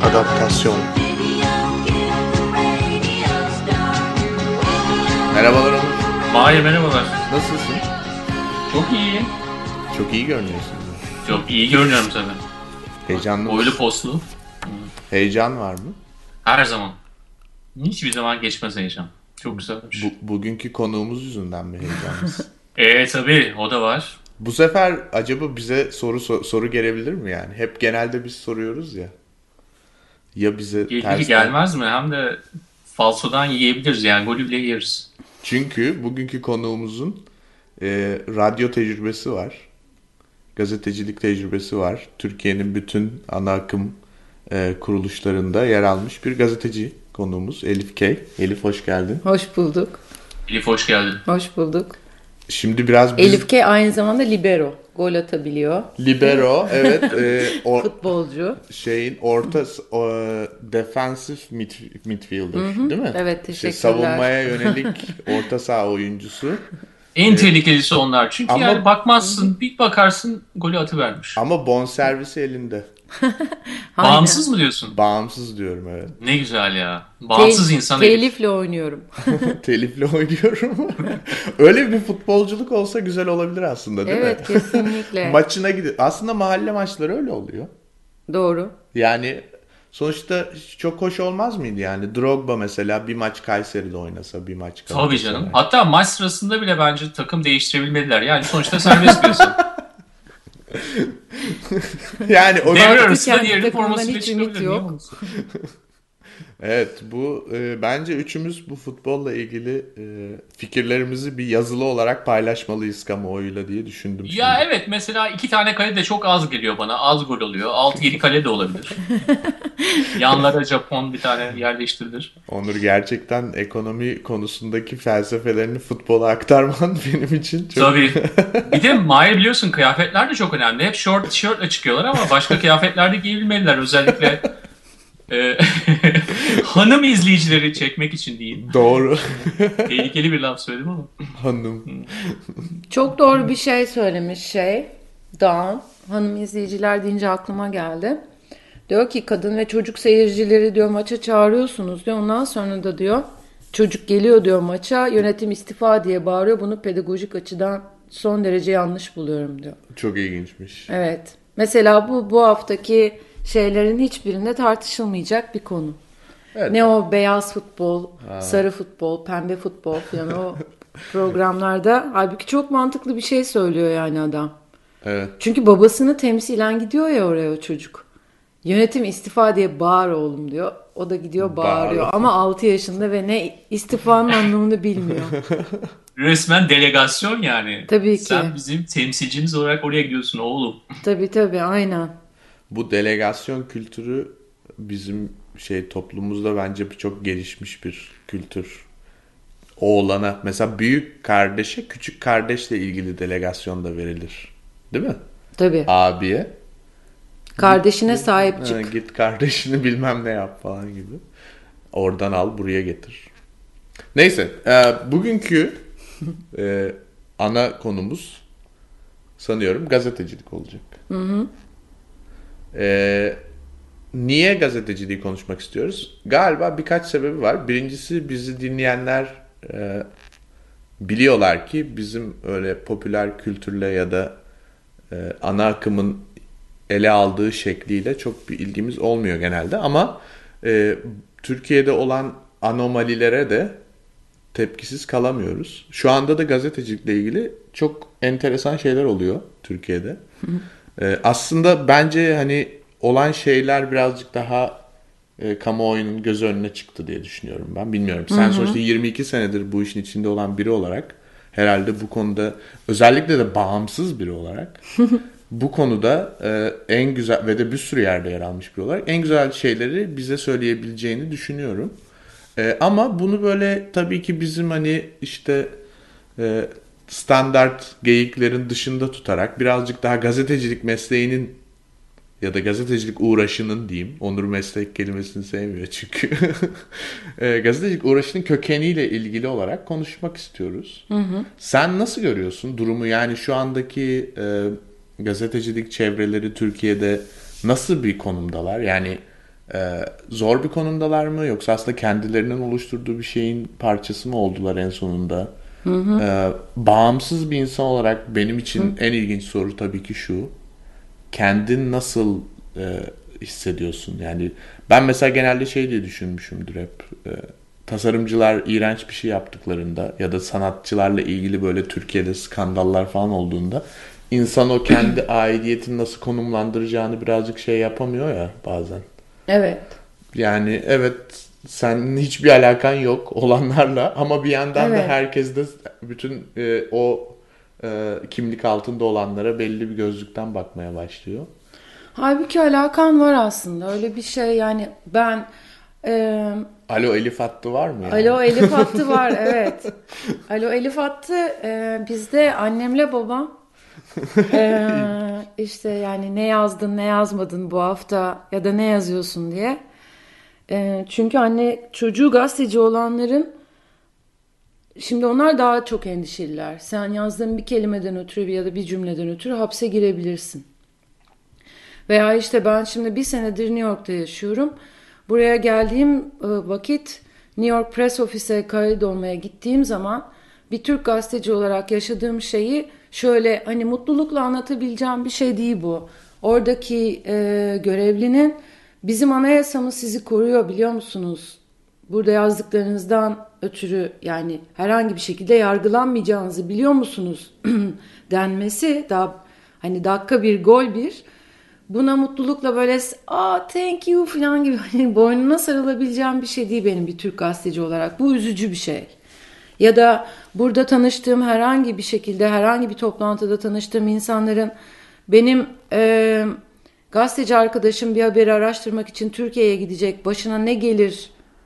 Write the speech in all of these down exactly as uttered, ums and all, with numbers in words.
Adaptasyon. Merhabalar Onur. Mahir merhabalar. Nasılsın? Çok iyi. Çok iyi görünüyorsun. Çok iyi görünüyorum tabii. Heyecanlı mısın? Boylu poslu. Heyecan var mı? Her zaman. Hiçbir zaman geçmez heyecan. Çok güzelmiş. Bu, bugünkü konuğumuz yüzünden mi heyecanlısın? Eee tabii o da var. Bu sefer acaba bize soru sor, soru gelebilir mi yani? Hep genelde biz soruyoruz ya. Ya bize Gelir tersten... gelmez mi? Hem de falsodan yiyebiliriz yani. Golü bile yeriz. Çünkü bugünkü konuğumuzun e, radyo tecrübesi var. Gazetecilik tecrübesi var. Türkiye'nin bütün ana akım e, kuruluşlarında yer almış bir gazeteci konuğumuz Elif Kay. Elif hoş geldin. Hoş bulduk. Elif hoş geldin. Hoş bulduk. Şimdi biraz biz... Elif Kay aynı zamanda libero. Gol atabiliyor. Libero, evet. E, or... Futbolcu. Şeyin orta o, defensive mid, midfielder, hı hı. Değil mi? Evet, teşekkürler. İşte savunmaya yönelik orta saha oyuncusu. En tehlikelisi onlar. Çünkü ama, yani bakmazsın, bir bakarsın golü atıvermiş. Ama bonservisi elinde. Bağımsız mı diyorsun? Bağımsız diyorum, evet. Ne güzel ya. Bağımsız Tel- insan. Telifle oynuyorum. Telifle oynuyorum. Öyle bir futbolculuk olsa güzel olabilir aslında, değil evet, mi? Evet, kesinlikle. Maçına gidiyor. Aslında mahalle maçları öyle oluyor. Doğru. Yani sonuçta çok hoş olmaz mıydı yani? Drogba mesela bir maç Kayseri'de oynasa, bir maç Galatasaray. Tabii canım. Hatta maç sırasında bile bence takım değiştirebilmeliler. Yani sonuçta serbest piyasa. Yani o devre arasında diğerinin formasıyla çıkabilir. Yok. Evet, bu e, bence üçümüz bu futbolla ilgili e, fikirlerimizi bir yazılı olarak paylaşmalıyız kamuoyuyla diye düşündüm. Ya şimdi. Evet, mesela iki tane kale de çok az geliyor bana. Az gol oluyor. altı yedi kale de olabilir. Yanlara Japon bir tane yerleştirilir. Onur, gerçekten ekonomi konusundaki felsefelerini futbola aktarman benim için çok... Tabii. Bir de Mahir biliyorsun, kıyafetler de çok önemli. Hep short tişörtle çıkıyorlar ama başka kıyafetler de giyebilmeliler. Özellikle e, hanım izleyicileri çekmek için değil. Doğru. Tehlikeli bir laf söyledim ama. Hanım. Çok doğru bir şey söylemiş şey. Dağın. Hanım izleyiciler deyince aklıma geldi. Diyor ki kadın ve çocuk seyircileri diyor maça çağırıyorsunuz diyor. Ondan sonra da diyor çocuk geliyor diyor maça, yönetim istifa diye bağırıyor. Bunu pedagojik açıdan son derece yanlış buluyorum diyor. Çok ilginçmiş. Evet. Mesela bu bu haftaki şeylerin hiçbirinde tartışılmayacak bir konu. Evet. Ne o beyaz futbol, ha. sarı futbol, pembe futbol falan o programlarda. Halbuki çok mantıklı bir şey söylüyor yani adam. Evet. Çünkü babasını temsilen gidiyor ya oraya o çocuk. Yönetim istifa diye bağır oğlum diyor. O da gidiyor bağırıyor. Bağır. Ama altı yaşında ve ne istifanın anlamını bilmiyor. Resmen delegasyon yani. Tabii ki. Sen bizim temsilcimiz olarak oraya gidiyorsun oğlum. Tabii tabii, aynen. Bu delegasyon kültürü bizim şey toplumumuzda bence çok gelişmiş bir kültür. Oğlana mesela büyük kardeşe küçük kardeşle ilgili delegasyon da verilir. Değil mi? Tabii. Abiye. Kardeşine git, sahip çık. Ha, git kardeşini bilmem ne yap falan gibi. Oradan al buraya getir. Neyse. E, bugünkü e, ana konumuz sanıyorum gazetecilik olacak. Hı hı. E, niye gazeteciliği konuşmak istiyoruz? Galiba birkaç sebebi var. Birincisi, bizi dinleyenler e, biliyorlar ki bizim öyle popüler kültürle ya da e, ana akımın ele aldığı şekliyle çok bir ilgimiz olmuyor genelde. Ama e, Türkiye'de olan anomalilere de tepkisiz kalamıyoruz. Şu anda da gazetecilikle ilgili çok enteresan şeyler oluyor Türkiye'de. e, aslında bence hani olan şeyler birazcık daha e, kamuoyunun göz önüne çıktı diye düşünüyorum ben. Bilmiyorum. Sen hı hı. sonuçta yirmi iki senedir bu işin içinde olan biri olarak herhalde bu konuda, özellikle de bağımsız biri olarak bu konuda e, en güzel ve de bir sürü yerde yer almış biri olarak en güzel şeyleri bize söyleyebileceğini düşünüyorum. E, ama bunu böyle tabii ki bizim hani işte e, standart geyiklerin dışında tutarak birazcık daha gazetecilik mesleğinin ya da gazetecilik uğraşının diyeyim. Onur meslek kelimesini sevmiyor çünkü. e, gazetecilik uğraşının kökeniyle ilgili olarak konuşmak istiyoruz. Hı hı. Sen nasıl görüyorsun durumu? Yani şu andaki e, gazetecilik çevreleri Türkiye'de nasıl bir konumdalar? Yani Ee, zor bir konumdalar mı yoksa aslında kendilerinin oluşturduğu bir şeyin parçası mı oldular en sonunda? Hı hı. Ee, bağımsız bir insan olarak benim için hı. en ilginç soru tabii ki şu. Kendin nasıl e, hissediyorsun? Yani ben mesela genelde şey diye düşünmüşümdür hep. E, tasarımcılar iğrenç bir şey yaptıklarında ya da sanatçılarla ilgili böyle Türkiye'de skandallar falan olduğunda insan o kendi aidiyetini nasıl konumlandıracağını birazcık şey yapamıyor ya bazen. Evet. Yani evet senin hiçbir alakan yok olanlarla ama bir yandan evet. da herkes de bütün e, o e, kimlik altında olanlara belli bir gözlükten bakmaya başlıyor. Halbuki alakan var aslında öyle bir şey yani ben e, Alo Elif hattı var mı yani? Alo Elif hattı var evet. Alo Elif hattı e, bizde annemle babam e, işte yani ne yazdın ne yazmadın bu hafta ya da ne yazıyorsun diye. E, çünkü anne çocuğu gazeteci olanların şimdi onlar daha çok endişeliler. Sen yazdığın bir kelimeden ötürü ya da bir cümleden ötürü hapse girebilirsin. Veya işte ben şimdi bir senedir New York'ta yaşıyorum. Buraya geldiğim vakit New York Press Office'e kayıt olmaya gittiğim zaman bir Türk gazeteci olarak yaşadığım şeyi şöyle hani mutlulukla anlatabileceğim bir şey değil bu. Oradaki e, görevlinin bizim anayasamız sizi koruyor biliyor musunuz? Burada yazdıklarınızdan ötürü yani herhangi bir şekilde yargılanmayacağınızı biliyor musunuz denmesi daha hani dakika bir gol bir buna mutlulukla böyle aa thank you falan gibi hani boynuna sarılabileceğim bir şey değil benim bir Türk gazeteci olarak. Bu üzücü bir şey. Ya da burada tanıştığım herhangi bir şekilde herhangi bir toplantıda tanıştığım insanların benim e, gazeteci arkadaşım bir haberi araştırmak için Türkiye'ye gidecek başına ne gelir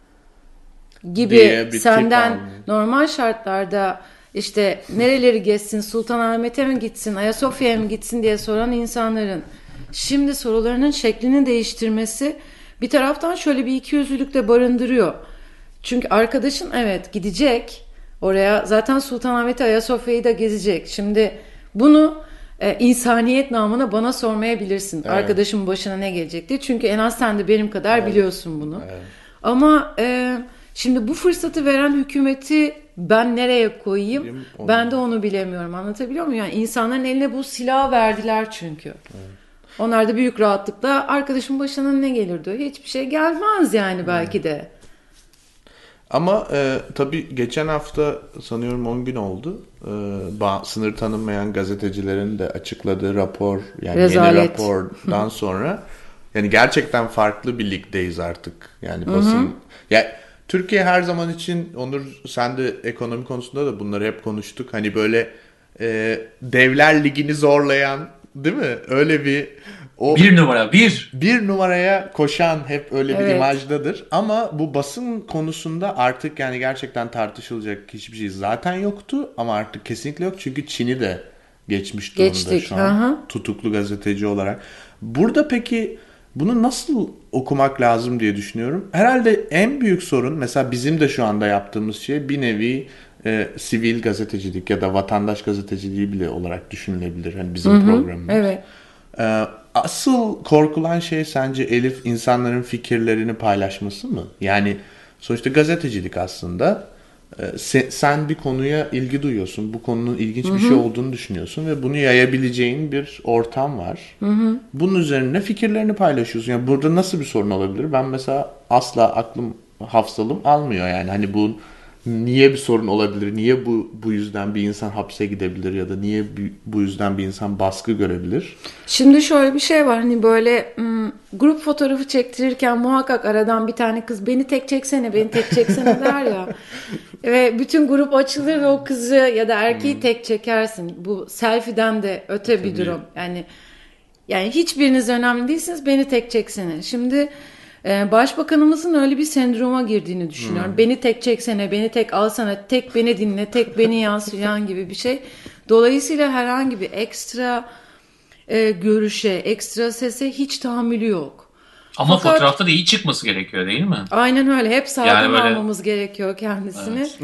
gibi senden normal şartlarda işte nereleri gezsin Sultanahmet'e mi gitsin Ayasofya'ya mı gitsin diye soran insanların şimdi sorularının şeklini değiştirmesi bir taraftan şöyle bir ikiyüzlülük de barındırıyor. Çünkü arkadaşın evet gidecek oraya zaten Sultanahmet'i Ayasofya'yı da gezecek. Şimdi bunu e, insaniyet namına bana sormayabilirsin. Evet. Arkadaşımın başına ne gelecek diye. Çünkü en az sen de benim kadar evet. biliyorsun bunu. Evet. Ama e, şimdi bu fırsatı veren hükümeti ben nereye koyayım? Ben de onu bilemiyorum. Anlatabiliyor muyum? Yani insanların eline bu silahı verdiler çünkü. Evet. Onlar da büyük rahatlıkla arkadaşımın başına ne gelir diyor. Hiçbir şey gelmez yani belki de. Ama e, tabii geçen hafta sanıyorum on gün oldu. E, ba- sınır tanınmayan gazetecilerin de açıkladığı rapor yani Rezalet. Yeni rapordan sonra yani gerçekten farklı bir ligdeyiz artık. Yani basın. Hı hı. Ya Türkiye her zaman için Onur sen de ekonomi konusunda da bunları hep konuştuk. Hani böyle e, Devler Ligi'ni zorlayan değil mi? Öyle bir o bir numara bir bir numaraya koşan hep öyle evet. bir imajdadır. Ama bu basın konusunda artık yani gerçekten tartışılacak hiçbir şey zaten yoktu ama artık kesinlikle yok çünkü Çin'i de geçmiş durumda Geçtik. şu an Aha. tutuklu gazeteci olarak. Burada peki bunu nasıl okumak lazım diye düşünüyorum. Herhalde en büyük sorun mesela bizim de şu anda yaptığımız şey bir nevi e, sivil gazetecilik ya da vatandaş gazeteciliği bile olarak düşünülebilir. Hani bizim Hı-hı. programımız. Evet. E, asıl korkulan şey sence Elif insanların fikirlerini paylaşması mı? Yani sonuçta gazetecilik aslında e, sen, sen bir konuya ilgi duyuyorsun. Bu konunun ilginç Hı-hı. bir şey olduğunu düşünüyorsun ve bunu yayabileceğin bir ortam var. Hı-hı. Bunun üzerine fikirlerini paylaşıyorsun. Yani burada nasıl bir sorun olabilir? Ben mesela asla aklım hafızalım almıyor yani. Hani bu niye bir sorun olabilir? Niye bu bu yüzden bir insan hapse gidebilir ya da niye bu yüzden bir insan baskı görebilir? Şimdi şöyle bir şey var. Hani böyle ım, grup fotoğrafı çektirirken muhakkak aradan bir tane kız beni tek çeksene, beni tek çeksene der ya. Ve bütün grup açılır ve o kızı ya da erkeği hmm. tek çekersin. Bu selfie'den de öte Tabii. bir durum. Yani yani hiçbiriniz önemli değilsiniz. Beni tek çeksene. Şimdi Başbakanımızın öyle bir sendroma girdiğini düşünüyorum. Hmm. Beni tek çeksene, beni tek alsana, tek beni dinle, tek beni yaz falan gibi bir şey. Dolayısıyla herhangi bir ekstra e, görüşe, ekstra sese hiç tahammülü yok. Ama Fakat, fotoğrafta da iyi çıkması gerekiyor değil mi? Aynen öyle. Hep sağlam yani böyle... almamız gerekiyor kendisini. Evet.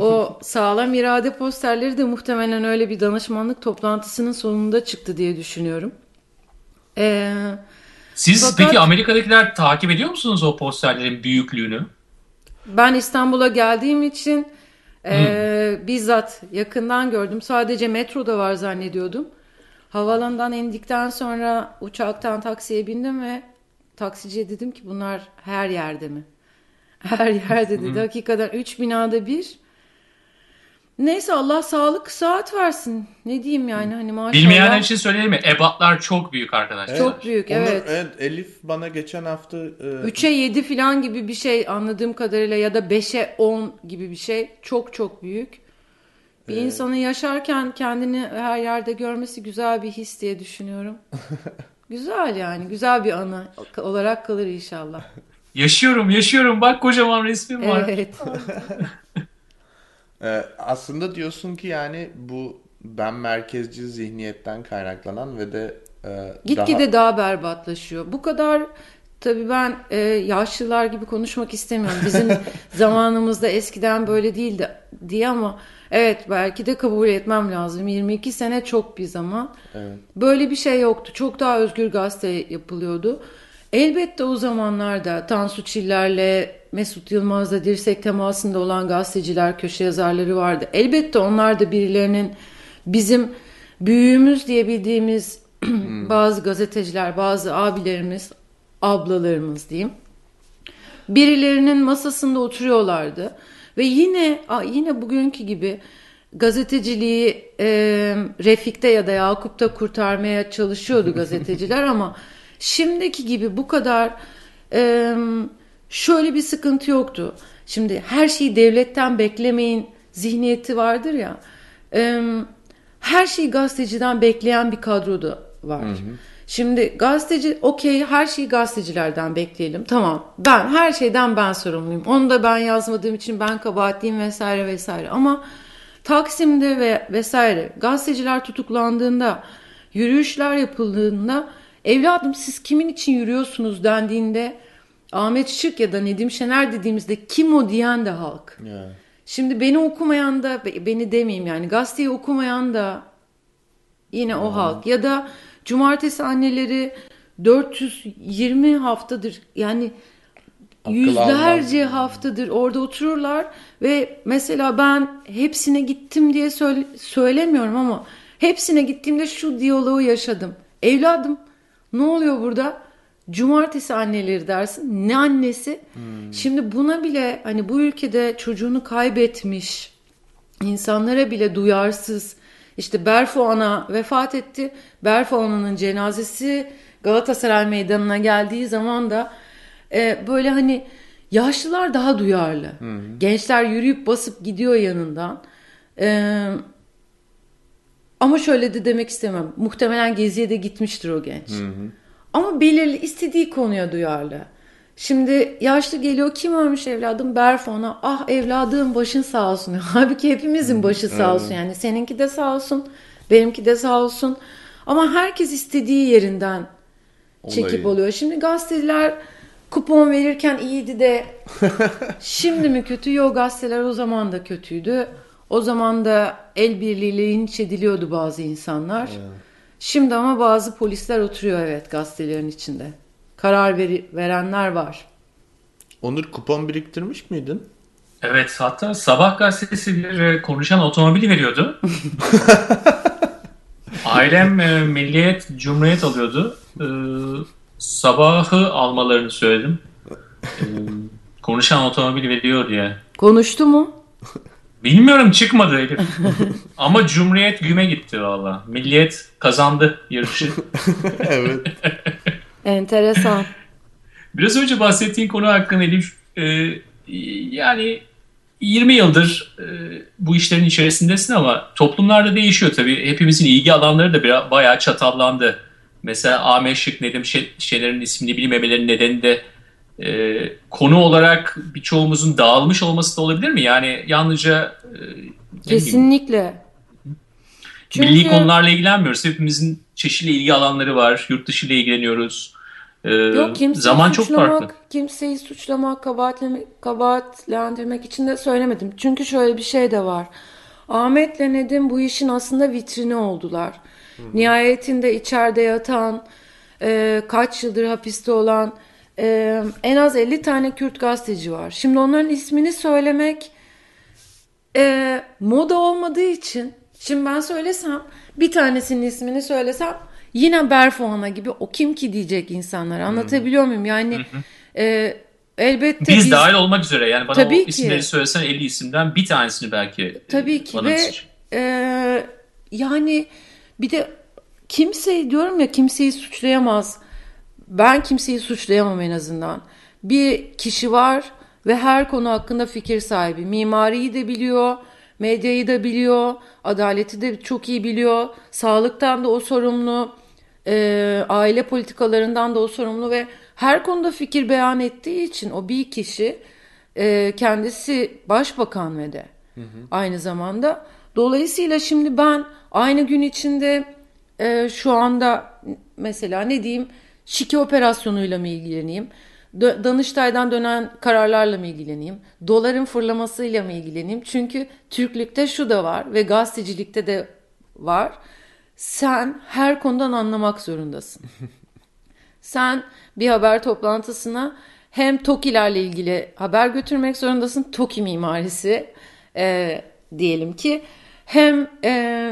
O sağlam irade posterleri de muhtemelen öyle bir danışmanlık toplantısının sonunda çıktı diye düşünüyorum. Eee Siz Fakat peki Amerika'dakiler takip ediyor musunuz o posterlerin büyüklüğünü? ben İstanbul'a geldiğim için e, bizzat yakından gördüm. Sadece metroda var zannediyordum. Havaalanından indikten sonra uçaktan taksiye bindim ve taksiciye dedim ki bunlar her yerde mi? Her yerde dedi. Hakikaten üç binada bir. Neyse Allah sağlık saat versin. Ne diyeyim yani hani maşallah. Bilmeyenler için söyleyeyim mi? Ebatlar çok büyük arkadaşlar. Çok büyük, Onu- evet. evet. Elif bana geçen hafta e, üçe yedi falan gibi bir şey anladığım kadarıyla ya da beşe on gibi bir şey. Çok çok büyük. Bir insanın yaşarken kendini her yerde görmesi güzel bir his diye düşünüyorum. Güzel yani. Güzel bir anı olarak kalır inşallah. Yaşıyorum, yaşıyorum. Bak kocaman resmim var. Evet. e, aslında diyorsun ki yani bu ben merkezci zihniyetten kaynaklanan ve de e, Gitgide daha berbatlaşıyor. Bu kadar tabii ben e, yaşlılar gibi konuşmak istemiyorum. Bizim zamanımızda eskiden böyle değildi diye ama evet belki de kabul etmem lazım. yirmi iki sene çok bir zaman. Evet. Böyle bir şey yoktu. Çok daha özgür gazete yapılıyordu. Elbette o zamanlarda Tansu Çiller'le Mesut Yılmaz'la dirsek temasında olan gazeteciler, köşe yazarları vardı. Elbette onlar da birilerinin bizim büyüğümüz diye bildiğimiz bazı gazeteciler, bazı abilerimiz, ablalarımız diyeyim. Birilerinin masasında oturuyorlardı. Ve yine yine bugünkü gibi gazeteciliği e, Refik'te ya da Yakup'ta kurtarmaya çalışıyordu gazeteciler ama şimdiki gibi bu kadar e, şöyle bir sıkıntı yoktu. Şimdi her şeyi devletten beklemeyin zihniyeti vardır ya. E, her şeyi gazeteciden bekleyen bir kadro da var. Hı hı. Şimdi gazeteci okey her şeyi gazetecilerden bekleyelim. Tamam ben her şeyden ben sorumluyum. Onu da ben yazmadığım için ben kabahatliyim vesaire vesaire. Ama Taksim'de ve vesaire gazeteciler tutuklandığında, yürüyüşler yapıldığında evladım siz kimin için yürüyorsunuz dendiğinde Ahmet Şık ya da Nedim Şener dediğimizde kim o diyen de halk. Yeah. Şimdi beni okumayan da beni demeyeyim yani gazeteyi okumayan da yine o halk ya da cumartesi anneleri dört yüz yirmi haftadır yani Akıl yüzlerce almaz. haftadır orada otururlar ve mesela ben hepsine gittim diye söyle, söylemiyorum ama hepsine gittiğimde şu diyaloğu yaşadım. Evladım ne oluyor burada? Cumartesi anneleri dersin. Ne annesi? Hmm. Şimdi buna bile hani bu ülkede çocuğunu kaybetmiş insanlara bile duyarsız. İşte Berfu Ana vefat etti. Berfu Ana'nın cenazesi Galatasaray Meydanı'na geldiği zaman da e, böyle hani yaşlılar daha duyarlı. Hı hı. Gençler yürüyüp basıp gidiyor yanından. E, ama şöyle de demek istemem. Muhtemelen geziye de gitmiştir o genç. Hı hı. Ama belirli istediği konuya duyarlı. Şimdi yaşlı geliyor kim ölmüş evladım? Berfu Ana. Ah evladım başın sağ olsun. Halbuki hepimizin başı sağ olsun. Yani seninki de sağ olsun. Benimki de sağ olsun. Ama herkes istediği yerinden çekip Olayı. oluyor. Şimdi gazeteler kupon verirken iyiydi de şimdi mi kötü? Yok gazeteler o zaman da kötüydü. O zaman da el birliğiyle linç ediliyordu bazı insanlar. Evet. Şimdi ama bazı polisler oturuyor evet gazetelerin içinde. Karar veri, verenler var. Onur kupon biriktirmiş miydin? Evet hatta Sabah gazetesi bir konuşan otomobili veriyordu. Ailem e, Milliyet, Cumhuriyet alıyordu. E, sabahı almalarını söyledim. E, konuşan otomobil veriyor diye. Konuştu mu? Bilmiyorum çıkmadı Elif. Ama Cumhuriyet güme gitti valla. Milliyet kazandı yarışı. Evet. Enteresan. Biraz önce bahsettiğin konu hakkında Elif, e, yani yirmi yıldır e, bu işlerin içerisindesin ama toplumlarda değişiyor tabii. Hepimizin ilgi alanları da biraz, bayağı çatallandı. Mesela Ahmet Şık, Nedim Şener'in ismini bilmemelerinin nedeni de e, konu olarak birçoğumuzun dağılmış olması da olabilir mi? Yani yalnızca e, kesinlikle. Çünkü milli konularla ilgilenmiyoruz. Hepimizin çeşitli ilgi alanları var. Yurt dışı ile ilgileniyoruz. Ee, Yok, zaman çok farklı. Kimseyi suçlamak, kabahatlendirmek için de söylemedim. Çünkü şöyle bir şey de var. Ahmet'le Nedim bu işin aslında vitrini oldular. Hı-hı. Nihayetinde içeride yatan e, kaç yıldır hapiste olan e, en az elli tane Kürt gazeteci var. Şimdi onların ismini söylemek e, moda olmadığı için, şimdi ben söylesem, bir tanesinin ismini söylesem yine Berfuan'a gibi o kim ki diyecek insanlar. Anlatabiliyor muyum? Yani e, elbette biz, biz dahil olmak üzere yani bana tabii o ki, isimleri söylesen elli isimden bir tanesini belki tabii ki bana ve diyecek. e, yani bir de kimseyi diyorum ya, kimseyi suçlayamaz. Ben kimseyi suçlayamam en azından. Bir kişi var ve her konu hakkında fikir sahibi. Mimariyi de biliyor, medyayı da biliyor, adaleti de çok iyi biliyor. Sağlıktan da o sorumlu, e, aile politikalarından da o sorumlu ve her konuda fikir beyan ettiği için o bir kişi e, kendisi başbakan ve de hı hı. aynı zamanda. Dolayısıyla şimdi ben aynı gün içinde e, şu anda mesela ne diyeyim, Şike operasyonuyla mı ilgileneyim? Danıştay'dan dönen kararlarla mı ilgileneyim? Doların fırlamasıyla mı ilgileneyim? Çünkü Türklükte şu da var ve gazetecilikte de var. Sen her konudan anlamak zorundasın. Sen bir haber toplantısına hem TOKİ'lerle ilgili haber götürmek zorundasın. TOKİ mimarisi e, diyelim ki. Hem e,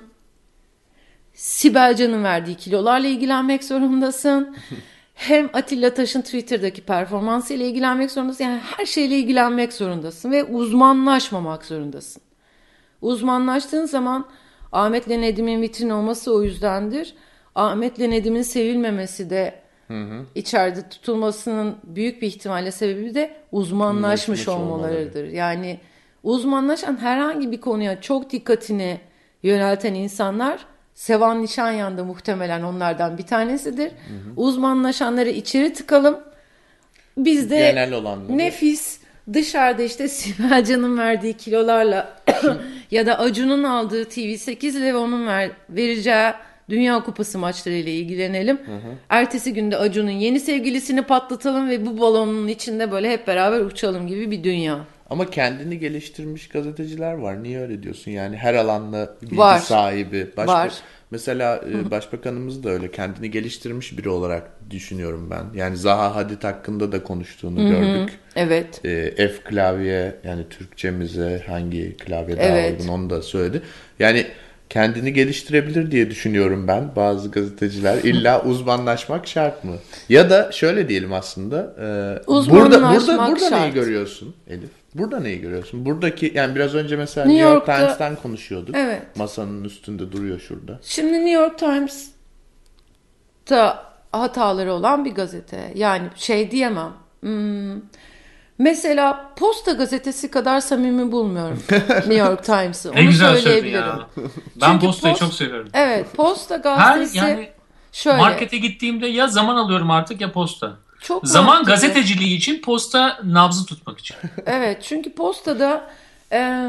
Sibel Can'ın verdiği kilolarla ilgilenmek zorundasın. Hem Atilla Taş'ın Twitter'daki performansıyla ilgilenmek zorundasın. Yani her şeyle ilgilenmek zorundasın ve uzmanlaşmamak zorundasın. Uzmanlaştığın zaman Ahmet'le Nedim'in vitrin olması o yüzdendir. Ahmet'le Nedim'in sevilmemesi de hı hı. içeride tutulmasının büyük bir ihtimalle sebebi de uzmanlaşmış Uzmanlaşmış olmalarıdır. Olmaları. Yani uzmanlaşan herhangi bir konuya çok dikkatini yönelten insanlar, Sevan Nişanyan da muhtemelen onlardan bir tanesidir. Hı hı. Uzmanlaşanları içeri tıkalım. Biz de genel olanları, nefis dışarıda işte Sibel Can'ın verdiği kilolarla ya da Acun'un aldığı T V sekiz ile ve onun ver, vereceği Dünya Kupası maçlarıyla ilgilenelim. Hı hı. Ertesi günde Acun'un yeni sevgilisini patlatalım ve bu balonun içinde böyle hep beraber uçalım gibi bir dünya. Ama kendini geliştirmiş gazeteciler var. Niye öyle diyorsun? Yani her alanda bilgi var. sahibi. Başka, var. Mesela Hı-hı. başbakanımız da öyle. Kendini geliştirmiş biri olarak düşünüyorum ben. Yani Zaha Hadid hakkında da konuştuğunu Hı-hı. gördük. Evet. E, F klavye, yani Türkçemize hangi klavye daha evet. uygun onu da söyledi. Yani kendini geliştirebilir diye düşünüyorum ben. Bazı gazeteciler illa uzmanlaşmak şart mı? Ya da şöyle diyelim aslında. E, burada burada burada şart. Neyi görüyorsun Elif? Burada neyi görüyorsun? Buradaki, yani biraz önce mesela New, New York Times'tan konuşuyorduk. Evet. Masanın üstünde duruyor şurada. Şimdi New York Times'ta hataları olan bir gazete. Yani şey diyemem. Hmm, mesela Posta gazetesi kadar samimi bulmuyorum New York Times'ı. Onu ne güzel söyleyebilirim. Ya. Ben Çünkü Posta'yı post, çok seviyorum. Evet, Posta gazetesi Her, yani şöyle. Markete gittiğimde ya zaman alıyorum artık ya Posta. Çok zaman mantıklı. Gazeteciliği için, Posta nabzı tutmak için. Evet, çünkü Posta'da e,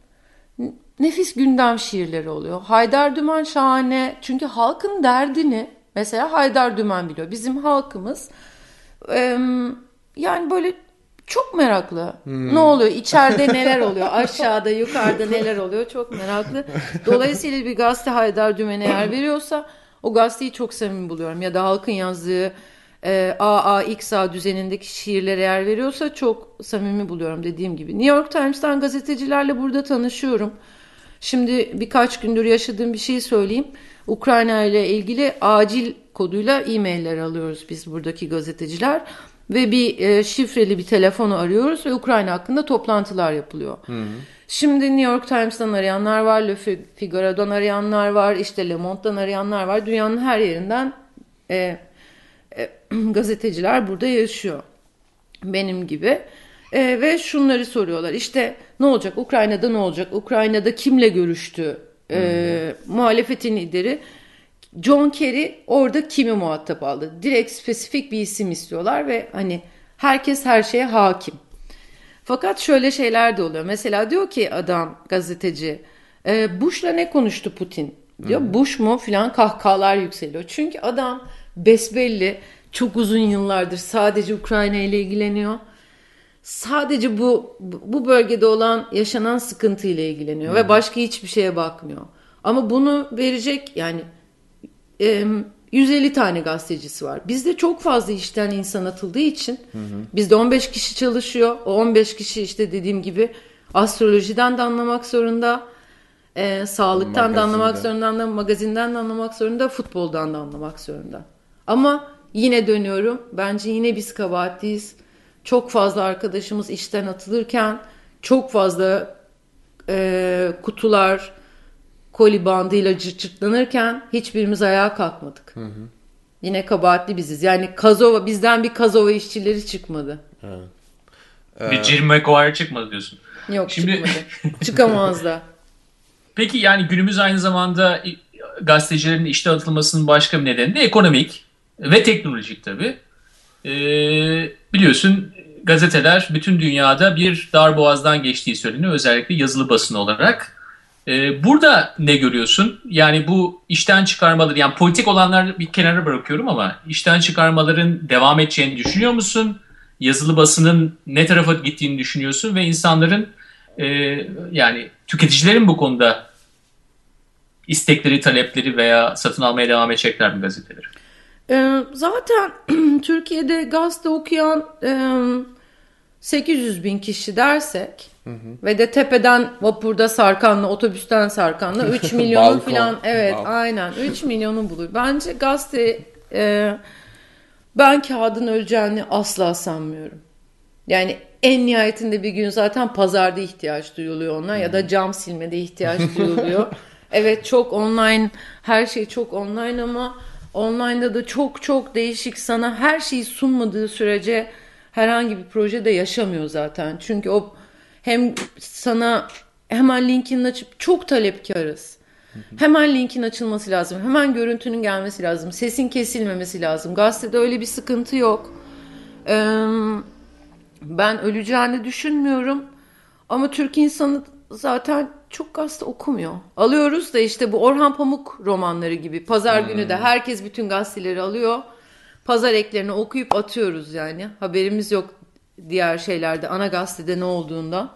nefis gündem şiirleri oluyor. Haydar Dümen şahane. Çünkü halkın derdini mesela Haydar Dümen biliyor. Bizim halkımız e, yani böyle çok meraklı. Hmm. Ne oluyor? İçeride neler oluyor? Aşağıda, yukarıda neler oluyor? Çok meraklı. Dolayısıyla bir gazete Haydar Dümen'e yer veriyorsa o gazeteyi çok samimi buluyorum. Ya da halkın yazdığı e, A A X A düzenindeki şiirlere yer veriyorsa çok samimi buluyorum dediğim gibi. New York Times'tan gazetecilerle burada tanışıyorum. Şimdi birkaç gündür yaşadığım bir şey söyleyeyim. Ukrayna ile ilgili acil koduyla e-mailler alıyoruz biz buradaki gazeteciler. Ve bir e, şifreli bir telefonu arıyoruz ve Ukrayna hakkında toplantılar yapılıyor. Hı hı. Şimdi New York Times'tan arayanlar var, Le Figaro'dan arayanlar var, işte Le Monde'dan arayanlar var. Dünyanın her yerinden e, e, gazeteciler burada yaşıyor. Benim gibi. E, ve şunları soruyorlar. İşte ne olacak? Ukrayna'da ne olacak? Ukrayna'da kimle görüştü? E, muhalefetin lideri John Kerry orada kimi muhatap aldı? Direkt spesifik bir isim istiyorlar ve hani herkes her şeye hakim. Fakat şöyle şeyler de oluyor. Mesela diyor ki adam, gazeteci, e, Bush'la ne konuştu Putin? Diyor. Hmm. Bush mu filan, kahkahalar yükseliyor. Çünkü adam besbelli çok uzun yıllardır sadece Ukrayna ile ilgileniyor. Sadece bu bu bölgede olan yaşanan sıkıntı ile ilgileniyor hmm. ve başka hiçbir şeye bakmıyor. Ama bunu verecek yani E, yüz elli tane gazetecisi var. Bizde çok fazla işten insan atıldığı için hı hı. bizde on beş kişi çalışıyor. O on beş kişi işte dediğim gibi astrolojiden de anlamak zorunda, e, sağlıktan Magazinde. da anlamak zorunda, magazinden de anlamak zorunda, futboldan da anlamak zorunda. Ama yine dönüyorum. Bence yine biz kabahatliyiz. Çok fazla arkadaşımız işten atılırken çok fazla e, kutular koli bandıyla cırt cırtlanırken hiçbirimiz ayağa kalkmadık. Hı hı. Yine kabahatli biziz. Yani Kazova, bizden bir Kazova işçileri çıkmadı. Evet. Ee... Bir Jim McGuire çıkmadı diyorsun. Yok Şimdi... çıkmadı. Çıkamaz da. Peki yani günümüz aynı zamanda gazetecilerin işten atılmasının başka bir nedeni de ekonomik ve teknolojik tabii. Ee, biliyorsun gazeteler bütün dünyada bir darboğazdan geçtiği söyleniyor. Özellikle yazılı basın olarak. Ee, burada ne görüyorsun? Yani bu işten çıkarmaları, yani politik olanları bir kenara bırakıyorum ama işten çıkarmaların devam edeceğini düşünüyor musun? Yazılı basının ne tarafa gittiğini düşünüyorsun ve insanların e, yani tüketicilerin bu konuda istekleri, talepleri veya satın almaya devam edecekler mi gazeteleri? Ee, zaten Türkiye'de gazete okuyan e, sekiz yüz bin kişi dersek hı hı. ve de tepeden vapurda sarkanla, otobüsten sarkanla üç milyonu falan, evet Balkon. aynen üç milyonu bulur. Bence gazete e, ben kağıdın öleceğini asla sanmıyorum. Yani en nihayetinde bir gün zaten pazarda ihtiyaç duyuluyor ona, ya da cam silmede ihtiyaç duyuluyor. Evet, çok online, her şey çok online ama online'da da çok çok değişik, sana her şeyi sunmadığı sürece herhangi bir projede yaşamıyor zaten. Çünkü o hem sana hemen linkini açıp, çok talepkarız. Hemen linkin açılması lazım. Hemen görüntünün gelmesi lazım. Sesin kesilmemesi lazım. Gazetede öyle bir sıkıntı yok. Ee, ben öleceğini düşünmüyorum. Ama Türk insanı zaten çok gazete okumuyor. Alıyoruz da işte bu Orhan Pamuk romanları gibi. Pazar hmm. günü de herkes bütün gazeteleri alıyor. Pazar eklerini okuyup atıyoruz yani. Haberimiz yok diğer şeylerde, ana gazetede ne olduğunda.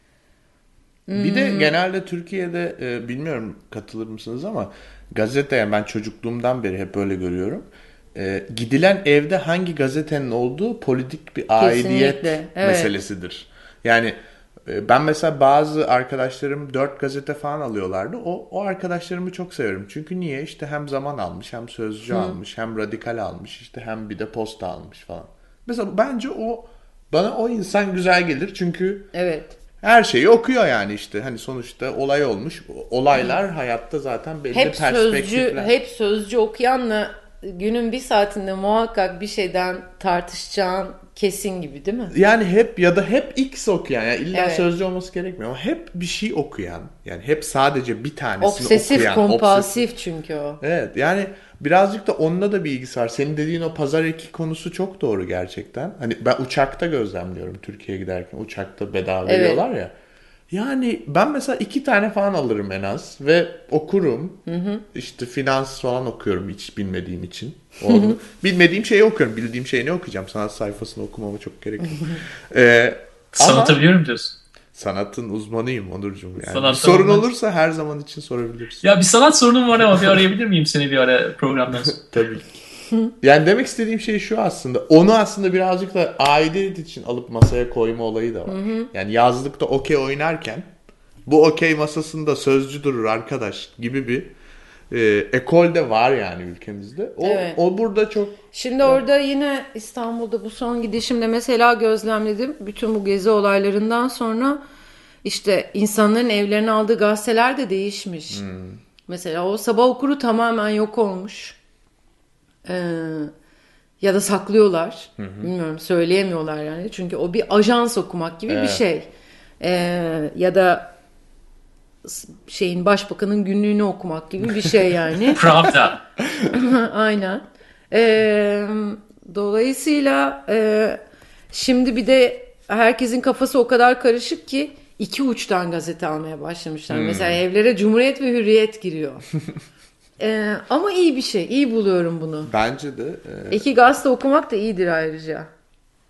Hmm. Bir de genelde Türkiye'de e, bilmiyorum katılır mısınız ama gazeteye ben çocukluğumdan beri hep böyle görüyorum. E, gidilen evde hangi gazetenin olduğu politik bir aidiyet evet. meselesidir. Yani ben mesela bazı arkadaşlarım dört gazete falan alıyorlardı. O, o arkadaşlarımı çok severim. Çünkü niye? İşte hem Zaman almış, hem Sözcü Hı. almış, hem Radikal almış, işte hem bir de Posta almış falan. Mesela bence o, bana o insan güzel gelir. Çünkü evet. her şeyi okuyor yani işte. Hani sonuçta olay olmuş. Olaylar Hı. hayatta zaten belli hep perspektifler. Sözcü, hep Sözcü okuyanla günün bir saatinde muhakkak bir şeyden tartışacağın kesin gibi değil mi? Yani hep ya da hep X okuyan, yani illa evet. Sözcü olması gerekmiyor ama hep bir şey okuyan, yani hep sadece bir tanesini obsesif, okuyan. kompulsif obsesif çünkü o. Evet, yani birazcık da onunla da bir ilgisi var. Senin dediğin o pazar eki konusu çok doğru gerçekten. Hani ben uçakta gözlemliyorum, Türkiye'ye giderken uçakta bedava evet. veriyorlar ya. Yani ben mesela iki tane falan alırım en az ve okurum. Hı hı. İşte finans falan okuyorum hiç bilmediğim için. Oldu. Bilmediğim şeyi okuyorum. Bildiğim şeyi ne okuyacağım? Sanat sayfasını okumama çok gerek yok. ee, Sanatı biliyorum diyorsun. Sanatın uzmanıyım Onurcuğum. Yani. Sanat bir sorun olmaz. Olursa her zaman için sorabilirsin. Ya bir sanat sorunum var ama bir arayabilir miyim seni bir ara programdan sonra? Tabii ki. Yani demek istediğim şey şu aslında. Onu aslında birazcık da aidiyet için alıp masaya koyma olayı da var. Hı hı. Yani yazlıkta okey oynarken bu okey masasında sözcü durur arkadaş gibi bir e, ekol de var yani ülkemizde. O, evet. o burada çok... Şimdi ya. Orada yine İstanbul'da bu son gidişimde mesela gözlemledim. Bütün bu gezi olaylarından sonra işte insanların evlerine aldığı gazeteler de değişmiş. Hmm. Mesela o Sabah Okuru tamamen yok olmuş. Ee, ya da saklıyorlar. Hı hı. Bilmiyorum, söyleyemiyorlar yani. Çünkü o bir ajans okumak gibi evet. bir şey. Ee, ya da şeyin, başbakanın günlüğünü okumak gibi bir şey yani. Pravda. Aynen. Ee, dolayısıyla e, şimdi bir de herkesin kafası o kadar karışık ki iki uçtan gazete almaya başlamışlar. Hmm. Mesela evlere Cumhuriyet ve Hürriyet giriyor. Ee, ama iyi bir şey. İyi buluyorum bunu. Bence de. E... İki gazete okumak da iyidir ayrıca.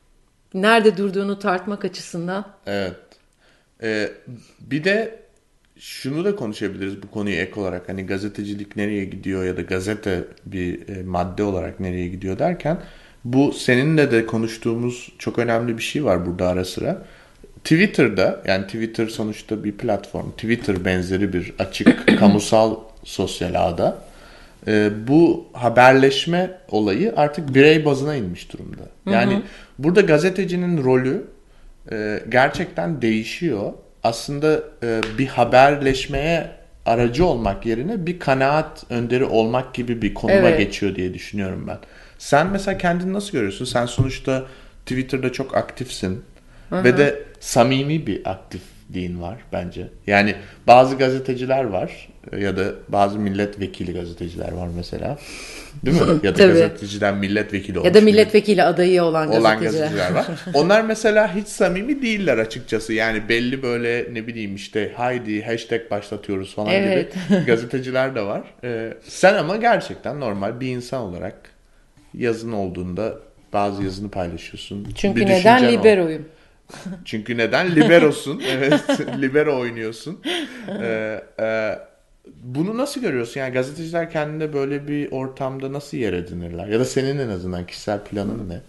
Nerede durduğunu tartmak açısından. Evet. Ee, bir de şunu da konuşabiliriz bu konuyu ek olarak. Hani gazetecilik nereye gidiyor ya da gazete bir e, madde olarak nereye gidiyor derken bu seninle de konuştuğumuz çok önemli bir şey var burada ara sıra. Twitter'da, yani Twitter sonuçta bir platform. Twitter benzeri bir açık kamusal sosyal ağda e, bu haberleşme olayı artık birey bazına inmiş durumda. Yani hı hı. burada gazetecinin rolü e, gerçekten değişiyor. Aslında e, bir haberleşmeye aracı olmak yerine bir kanaat önderi olmak gibi bir konuma evet. geçiyor diye düşünüyorum ben. Sen mesela kendini nasıl görüyorsun? Sen sonuçta Twitter'da çok aktifsin. Hı-hı. Ve de samimi bir aktifliğin var bence. Yani bazı gazeteciler var ya da bazı milletvekili gazeteciler var mesela. Değil mi? Ya da gazeteciden milletvekili olmuş. Ya da milletvekili adayı olan gazeteciler. Olan gazeteciler var. Onlar mesela hiç samimi değiller açıkçası. Yani belli böyle ne bileyim işte haydi hashtag başlatıyoruz falan evet. gibi gazeteciler de var. Ee, sen ama gerçekten normal bir insan olarak yazın olduğunda bazı yazını paylaşıyorsun. Çünkü bir neden liberoyum. Çünkü neden? Liberosun. Evet. Libero oynuyorsun. Ee, e, bunu nasıl görüyorsun? Yani gazeteciler kendine böyle bir ortamda nasıl yer edinirler? Ya da senin en azından kişisel planın ne?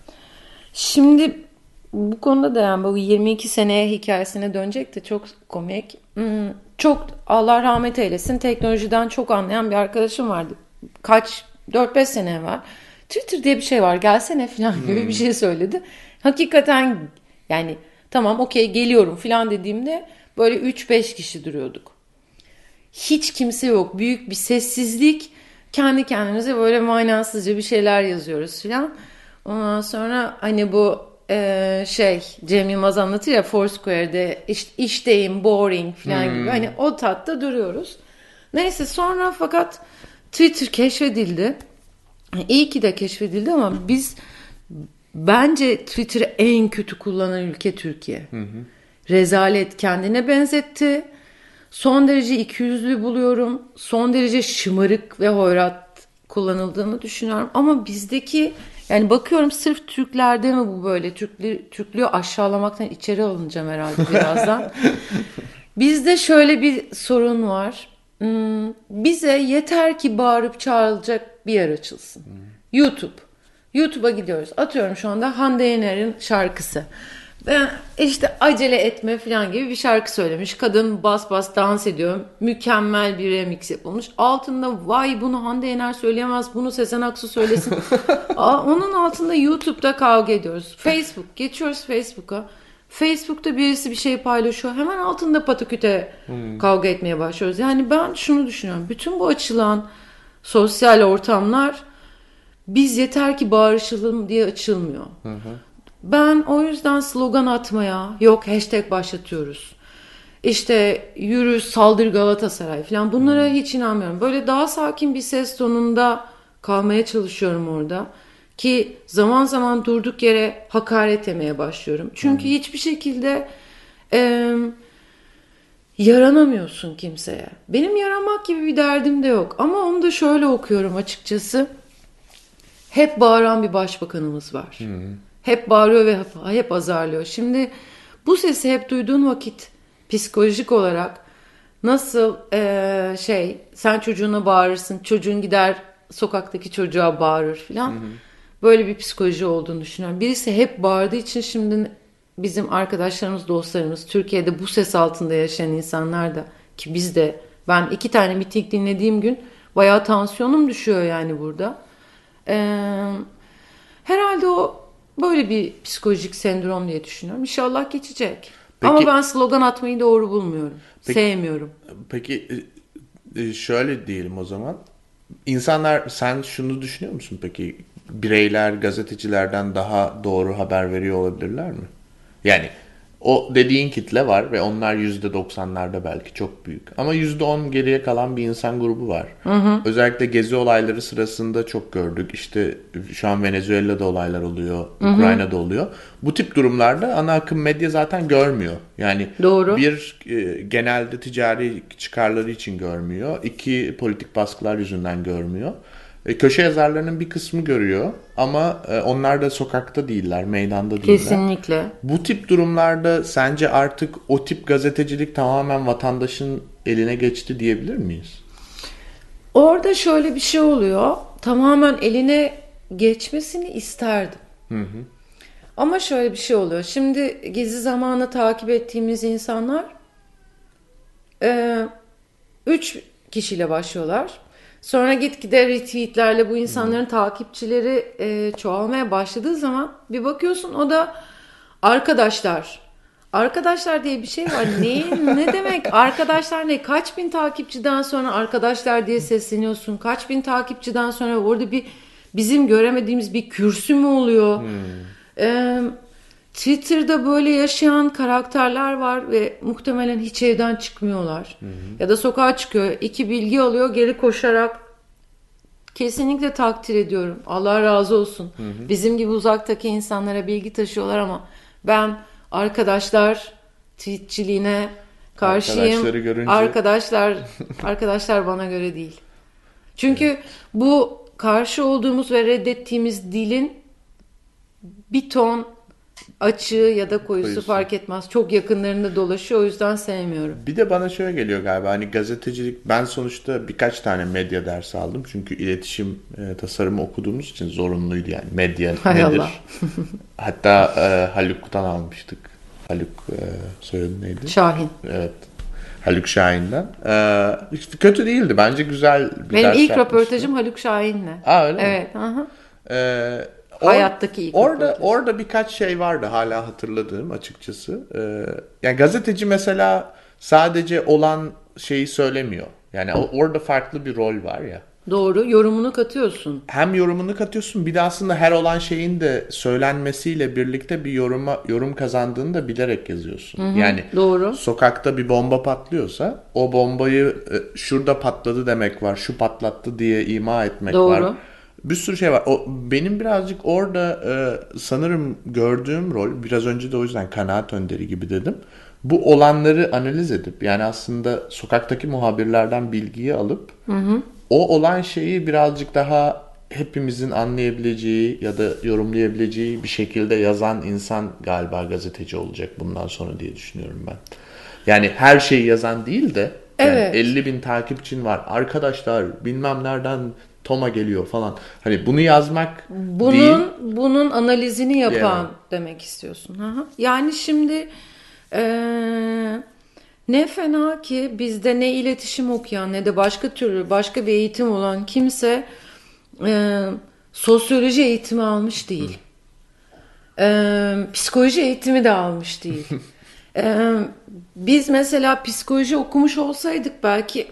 Şimdi bu konuda da yani bu yirmi iki seneye hikayesine dönecek de çok komik. Çok Allah rahmet eylesin teknolojiden çok anlayan bir arkadaşım vardı. Kaç? dört beş sene evvel. Twitter diye bir şey var gelsene falan gibi hmm. bir şey söyledi. Hakikaten yani tamam okey geliyorum falan dediğimde böyle üç beş kişi duruyorduk. Hiç kimse yok. Büyük bir sessizlik. Kendi kendimize böyle manasızca bir şeyler yazıyoruz falan. Ondan sonra hani bu e, şey Cem Yılmaz anlatır ya Foursquare'de iş, işteyim boring falan hmm. gibi. Hani o tatta duruyoruz. Neyse sonra fakat Twitter keşfedildi. İyi ki de keşfedildi ama biz bence Twitter'ı en kötü kullanan ülke Türkiye. Hı hı. Rezalet kendine benzetti. Son derece ikiyüzlü buluyorum. Son derece şımarık ve hoyrat kullanıldığını düşünüyorum. Ama bizdeki yani bakıyorum sırf Türklerde mi bu böyle? Türklü, Türklüğü aşağılamaktan içeri alınacağım herhalde birazdan. Bizde şöyle bir sorun var. Hmm, bize yeter ki bağırıp çağrılacak bir yer açılsın. Hmm. YouTube. YouTube'a gidiyoruz. Atıyorum şu anda Hande Yener'in şarkısı. Ben işte acele etme falan gibi bir şarkı söylemiş. Kadın bas bas dans ediyor. Mükemmel bir remix yapılmış. Altında vay bunu Hande Yener söyleyemez. Bunu Sezen Aksu söylesin. Aa, onun altında YouTube'da kavga ediyoruz. Facebook. Geçiyoruz Facebook'a. Facebook'ta birisi bir şey paylaşıyor. Hemen altında pataküte hmm. kavga etmeye başlıyoruz. Yani ben şunu düşünüyorum. Bütün bu açılan sosyal ortamlar biz yeter ki bağırışalım diye açılmıyor. Hı hı. Ben o yüzden slogan atmaya, yok hashtag başlatıyoruz. İşte yürü saldır Galatasaray falan bunlara hmm. hiç inanmıyorum. Böyle daha sakin bir ses tonunda kalmaya çalışıyorum orada. Ki zaman zaman durduk yere hakaret etmeye başlıyorum. Çünkü hmm. hiçbir şekilde e, yaranamıyorsun kimseye. Benim yaramak gibi bir derdim de yok. Ama onu da şöyle okuyorum açıkçası. Hep bağıran bir başbakanımız var. Hmm. Hep bağırıyor ve hep, hep azarlıyor. Şimdi bu sesi hep duyduğun vakit psikolojik olarak nasıl e, şey sen çocuğuna bağırırsın, çocuğun gider sokaktaki çocuğa bağırır falan. Hmm. Böyle bir psikoloji olduğunu düşünüyorum. Birisi hep bağırdığı için şimdi bizim arkadaşlarımız, dostlarımız, Türkiye'de bu ses altında yaşayan insanlar da ki biz de ben iki tane miting dinlediğim gün bayağı tansiyonum düşüyor yani burada. Ee, herhalde o böyle bir psikolojik sendrom diye düşünüyorum. İnşallah geçecek. Peki, ama ben slogan atmayı doğru bulmuyorum. Peki, sevmiyorum. Peki şöyle diyelim o zaman. İnsanlar sen şunu düşünüyor musun peki? Bireyler gazetecilerden daha doğru haber veriyor olabilirler mi? Yani o dediğin kitle var ve onlar yüzde doksanlarda belki çok büyük. Ama yüzde on geriye kalan bir insan grubu var. Hı hı. Özellikle gezi olayları sırasında çok gördük. İşte şu an Venezuela'da olaylar oluyor, hı hı. Ukrayna'da oluyor. Bu tip durumlarda ana akım medya zaten görmüyor. Yani doğru. Bir e, genelde ticari çıkarları için görmüyor. İki politik baskılar yüzünden görmüyor. E, köşe yazarlarının bir kısmı görüyor ama e, onlar da sokakta değiller, meydanda değiller. Kesinlikle. Bu tip durumlarda sence artık o tip gazetecilik tamamen vatandaşın eline geçti diyebilir miyiz? Orada şöyle bir şey oluyor. Tamamen eline geçmesini isterdim. Hı hı. Ama şöyle bir şey oluyor. Şimdi Gezi zamanı takip ettiğimiz insanlar e, üç kişiyle başlıyorlar. Sonra gitgide retweetlerle bu insanların hmm. takipçileri e, çoğalmaya başladığı zaman bir bakıyorsun o da arkadaşlar. Arkadaşlar diye bir şey var. Ne, ne demek? Arkadaşlar ne? Kaç bin takipçiden sonra arkadaşlar diye sesleniyorsun? Kaç bin takipçiden sonra orada bir bizim göremediğimiz bir kürsü mü oluyor? Hmm. Ee, Twitter'da böyle yaşayan karakterler var ve muhtemelen hiç evden çıkmıyorlar. Hı hı. Ya da sokağa çıkıyor, iki bilgi alıyor, geri koşarak. Kesinlikle takdir ediyorum. Allah razı olsun. Hı hı. Bizim gibi uzaktaki insanlara bilgi taşıyorlar ama ben arkadaşlar tweetçiliğine karşıyım. Görünce... Arkadaşlar arkadaşlar bana göre değil. Çünkü evet. Bu karşı olduğumuz ve reddettiğimiz dilin bir ton açığı ya da koyusu, koyusu fark etmez. Çok yakınlarında dolaşıyor. O yüzden sevmiyorum. Bir de bana şöyle geliyor galiba. Hani gazetecilik, ben sonuçta birkaç tane medya dersi aldım. Çünkü iletişim e, tasarımı okuduğumuz için zorunluydu yani. Medya Hay nedir? Allah. Hatta e, Haluk'tan almıştık. Haluk e, soyadı neydi? Şahin. Evet. Haluk Şahin'den. E, kötü değildi. Bence güzel bir Benim ders ilk yapmıştı. röportajım Haluk Şahin'le. Aa öyle evet, mi? Evet. Evet. Or, Hayattaki ilk orada röportaj. Orada birkaç şey vardı hala hatırladığım açıkçası. Ee, yani gazeteci mesela sadece olan şeyi söylemiyor. Yani orada farklı bir rol var ya. Doğru. Yorumunu katıyorsun. Hem yorumunu katıyorsun, bir de aslında her olan şeyin de söylenmesiyle birlikte bir yoruma yorum kazandığını da bilerek yazıyorsun. Hı hı, yani doğru. Sokakta bir bomba patlıyorsa o bombayı e, şurada patladı demek var, şu patlattı diye ima etmek doğru. var. Bir sürü şey var. O benim birazcık orada e, sanırım gördüğüm rol, biraz önce de o yüzden kanaat önderi gibi dedim. Bu olanları analiz edip, yani aslında sokaktaki muhabirlerden bilgiyi alıp hı hı. o olan şeyi birazcık daha hepimizin anlayabileceği ya da yorumlayabileceği bir şekilde yazan insan galiba gazeteci olacak bundan sonra diye düşünüyorum ben. Yani her şeyi yazan değil de yani evet. elli bin takipçin var. Arkadaşlar bilmem nereden Toma geliyor falan. Hani bunu yazmak bunun, değil. Bunun analizini yapan yani. Demek istiyorsun. Aha. Yani şimdi ee, ne fena ki bizde ne iletişim okuyan ne de başka türlü başka bir eğitim olan kimse e, sosyoloji eğitimi almış değil. E, psikoloji eğitimi de almış değil. e, biz mesela psikoloji okumuş olsaydık belki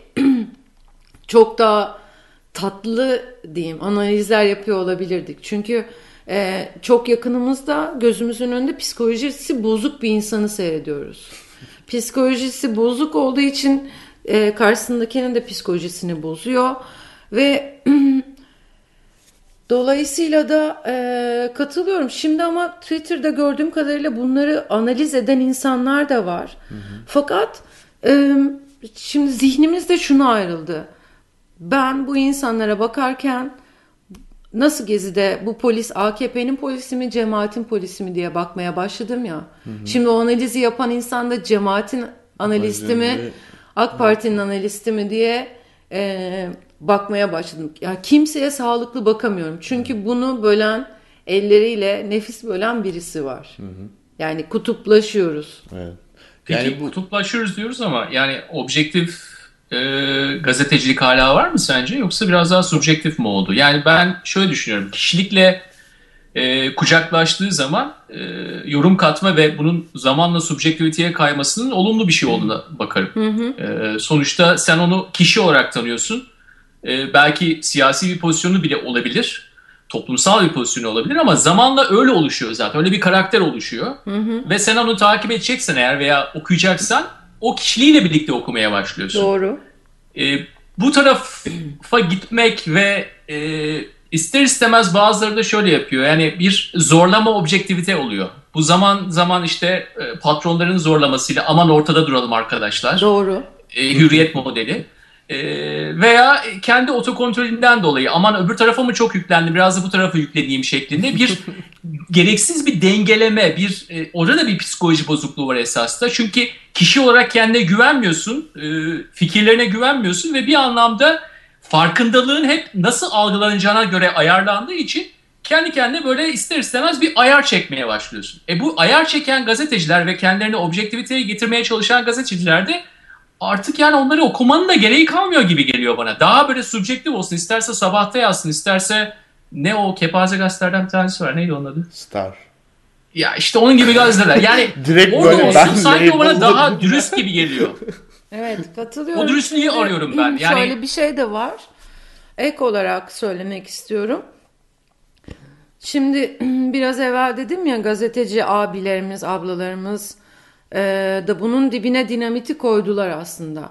çok daha tatlı diyeyim analizler yapıyor olabilirdik. Çünkü e, çok yakınımızda gözümüzün önünde psikolojisi bozuk bir insanı seyrediyoruz. Psikolojisi bozuk olduğu için e, karşısındakinin de psikolojisini bozuyor ve dolayısıyla da e, katılıyorum. Şimdi ama Twitter'da gördüğüm kadarıyla bunları analiz eden insanlar da var. Hı hı. Fakat e, şimdi zihnimizde şuna ayrıldı. Ben bu insanlara bakarken nasıl Gezi'de bu polis A K P'nin polisi mi cemaatin polisi mi diye bakmaya başladım ya. Hı hı. Şimdi o analizi yapan insan da cemaatin analisti mi AK Parti'nin analisti mi diye e, bakmaya başladım. Ya kimseye sağlıklı bakamıyorum. Çünkü bunu bölen elleriyle nefis bölen birisi var. Hı hı. Yani kutuplaşıyoruz. Evet. Peki yani bu... kutuplaşıyoruz diyoruz ama yani objektif E, gazetecilik hala var mı sence yoksa biraz daha subjektif mi oldu? Yani ben şöyle düşünüyorum, kişilikle e, kucaklaştığı zaman e, yorum katma ve bunun zamanla subjektiviteye kaymasının olumlu bir şey olduğuna bakarım. Hı hı. E, sonuçta sen onu kişi olarak tanıyorsun. E, belki siyasi bir pozisyonu bile olabilir, toplumsal bir pozisyonu olabilir ama zamanla öyle oluşuyor zaten, öyle bir karakter oluşuyor. Hı hı. Ve sen onu takip edeceksen eğer veya okuyacaksan o kişiliğiyle birlikte okumaya başlıyorsun. Doğru. E, bu tarafa gitmek ve e, ister istemez bazıları da şöyle yapıyor. Yani bir zorlama objektivite oluyor. Bu zaman zaman işte e, patronların zorlamasıyla aman ortada duralım arkadaşlar. Doğru. E, hürriyet modeli. E, veya kendi otokontrolünden dolayı aman öbür tarafa mı çok yüklendi biraz da bu tarafa yüklediğim şeklinde bir gereksiz bir dengeleme, bir e, orada da bir psikoloji bozukluğu var esasında. Çünkü kişi olarak kendine güvenmiyorsun, e, fikirlerine güvenmiyorsun ve bir anlamda farkındalığın hep nasıl algılanacağına göre ayarlandığı için kendi kendine böyle ister istemez bir ayar çekmeye başlıyorsun. E bu ayar çeken gazeteciler ve kendilerini objektiviteye getirmeye çalışan gazeteciler de artık yani onları okumanın da gereği kalmıyor gibi geliyor bana. Daha böyle subjektif olsun. İsterse Sabah'ta yazsın, isterse ne o kepaze gazetelerden bir tanesi var. Neydi onun adı? Star. Ya işte onun gibi gazeteler. Yani Direkt orada böyle olsun ben sanki o bana label- daha dürüst gibi geliyor. Evet, katılıyorum. O dürüstlüğü Şimdi, arıyorum ben. Yani şöyle bir şey de var. Ek olarak söylemek istiyorum. Şimdi biraz evvel dedim ya, gazeteci abilerimiz, ablalarımız e, da bunun dibine dinamiti koydular aslında.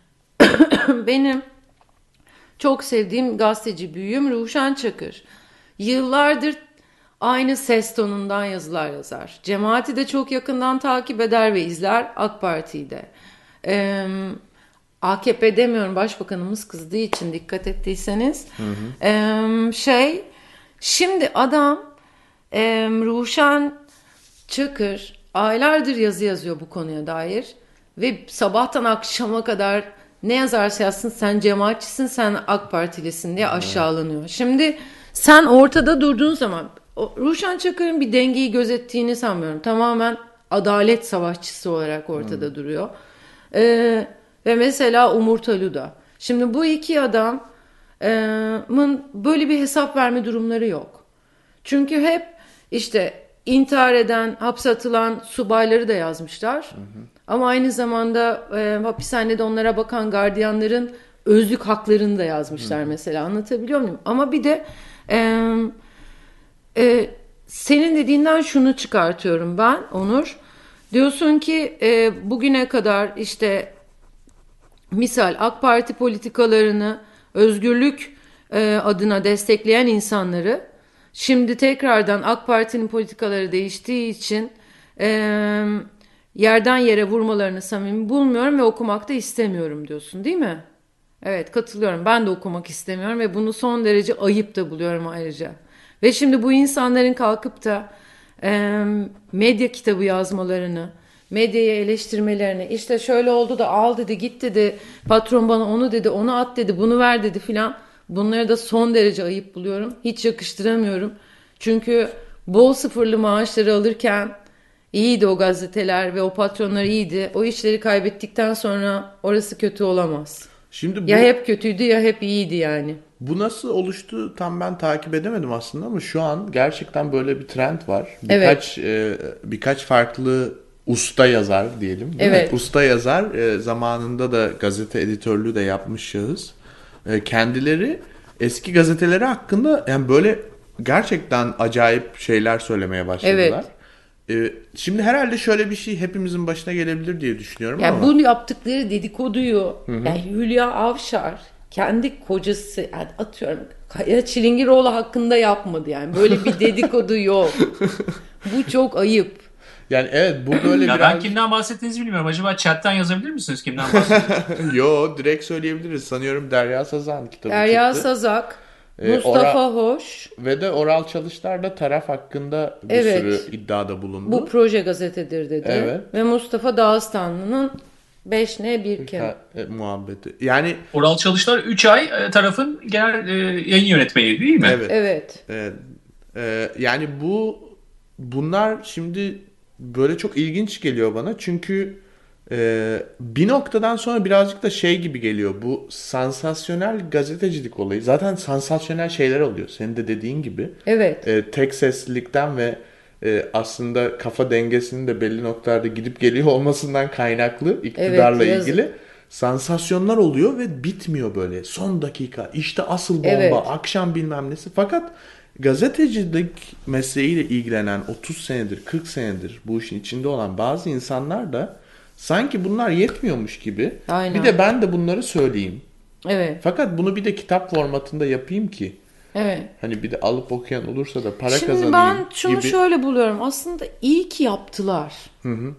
Benim çok sevdiğim gazeteci büyüğüm Ruşen Çakır. Yıllardır aynı ses tonundan yazılar yazar. Cemaati de çok yakından takip eder ve izler, AK Parti'yi de. Ee, A K P demiyorum, başbakanımız kızdığı için, dikkat ettiyseniz. Hı hı. Ee, şey, şimdi adam e, Ruşen Çakır aylardır yazı yazıyor bu konuya dair ve sabahtan akşama kadar ne yazarsa yazsın sen cemaatçisin, sen AK Partilisin diye aşağılanıyor. Şimdi sen ortada durduğun zaman o, Ruşen Çakır'ın bir dengeyi gözettiğini sanmıyorum. Tamamen adalet savaşçısı olarak ortada hmm. duruyor. Ee, ve mesela Umur Taluda. Şimdi bu iki adamın böyle bir hesap verme durumları yok. Çünkü hep işte intihar eden, hapse atılan subayları da yazmışlar. Hı hı. Ama aynı zamanda e, hapishanede onlara bakan gardiyanların özlük haklarını da yazmışlar hı. mesela. Anlatabiliyor muyum? Ama bir de e, e, senin dediğinden şunu çıkartıyorum ben Onur. Diyorsun ki e, bugüne kadar işte misal AK Parti politikalarını özgürlük e, adına destekleyen insanları şimdi tekrardan AK Parti'nin politikaları değiştiği için e, yerden yere vurmalarını samimi bulmuyorum ve okumak da istemiyorum diyorsun, değil mi? Evet, katılıyorum. Ben de okumak istemiyorum ve bunu son derece ayıp da buluyorum ayrıca. Ve şimdi bu insanların kalkıp da e, medya kitabı yazmalarını, medyayı eleştirmelerini, işte şöyle oldu da al dedi, git dedi, patron bana onu dedi, onu at dedi, bunu ver dedi filan. Bunları da son derece ayıp buluyorum. Hiç yakıştıramıyorum. Çünkü bol sıfırlı maaşları alırken iyiydi o gazeteler ve o patronlar iyiydi. O işleri kaybettikten sonra orası kötü olamaz. Şimdi bu, ya hep kötüydü ya hep iyiydi yani. Bu nasıl oluştu tam ben takip edemedim aslında ama şu an gerçekten böyle bir trend var. Birkaç evet. e, birkaç farklı usta yazar diyelim. Değil evet. mi? Usta yazar e, zamanında da gazete editörlüğü de yapmış şahıs. E, kendileri eski gazeteleri hakkında yani böyle gerçekten acayip şeyler söylemeye başladılar. Evet. E, şimdi herhalde şöyle bir şey hepimizin başına gelebilir diye düşünüyorum yani ama. Bunu yaptıkları dedikoduyu yani Hülya Avşar kendi kocası yani atıyorum Kaya Çilingiroğlu hakkında yapmadı yani. Böyle bir dedikodu yok. Bu çok ayıp. Yani evet bu böyle ya biraz... Ben kimden bahsettiğinizi bilmiyorum. Acaba chatten yazabilir misiniz kimden bahsettiğinizi? Yo direkt söyleyebiliriz. Sanıyorum Derya Sazan kitabı Derya çıktı. Sazak, ee, Mustafa Oral... Hoş. Ve de Oral Çalışlar da taraf hakkında bir evet. sürü iddiada bulundu. Bu proje gazetedir dedi. Evet. Ve Mustafa Dağıstanlı'nın beş ne bir kere. Ha, e, muhabbeti. Yani Oral Çalışlar üç ay e, tarafın genel e, yayın yönetmeni değil mi? Evet. Evet. evet. E, yani bu bunlar şimdi böyle çok ilginç geliyor bana. Çünkü e, bir noktadan sonra birazcık da şey gibi geliyor. Bu sansasyonel gazetecilik olayı. Zaten sansasyonel şeyler oluyor. Senin de dediğin gibi. Evet. E, tek seslilikten ve e, aslında kafa dengesinin de belli noktalarda gidip geliyor olmasından kaynaklı iktidarla evet, ilgili sansasyonlar oluyor ve bitmiyor böyle. Son dakika işte asıl bomba, evet. akşam bilmem nesi. Fakat gazetecilik mesleğiyle ilgilenen otuz senedir, kırk senedir bu işin içinde olan bazı insanlar da sanki bunlar yetmiyormuş gibi. Aynen. Bir de ben de bunları söyleyeyim. Evet. Fakat bunu bir de kitap formatında yapayım ki. Evet. Hani bir de alıp okuyan olursa da para Şimdi kazanayım ben şunu gibi. şöyle buluyorum. Aslında iyi ki yaptılar. Hı hı.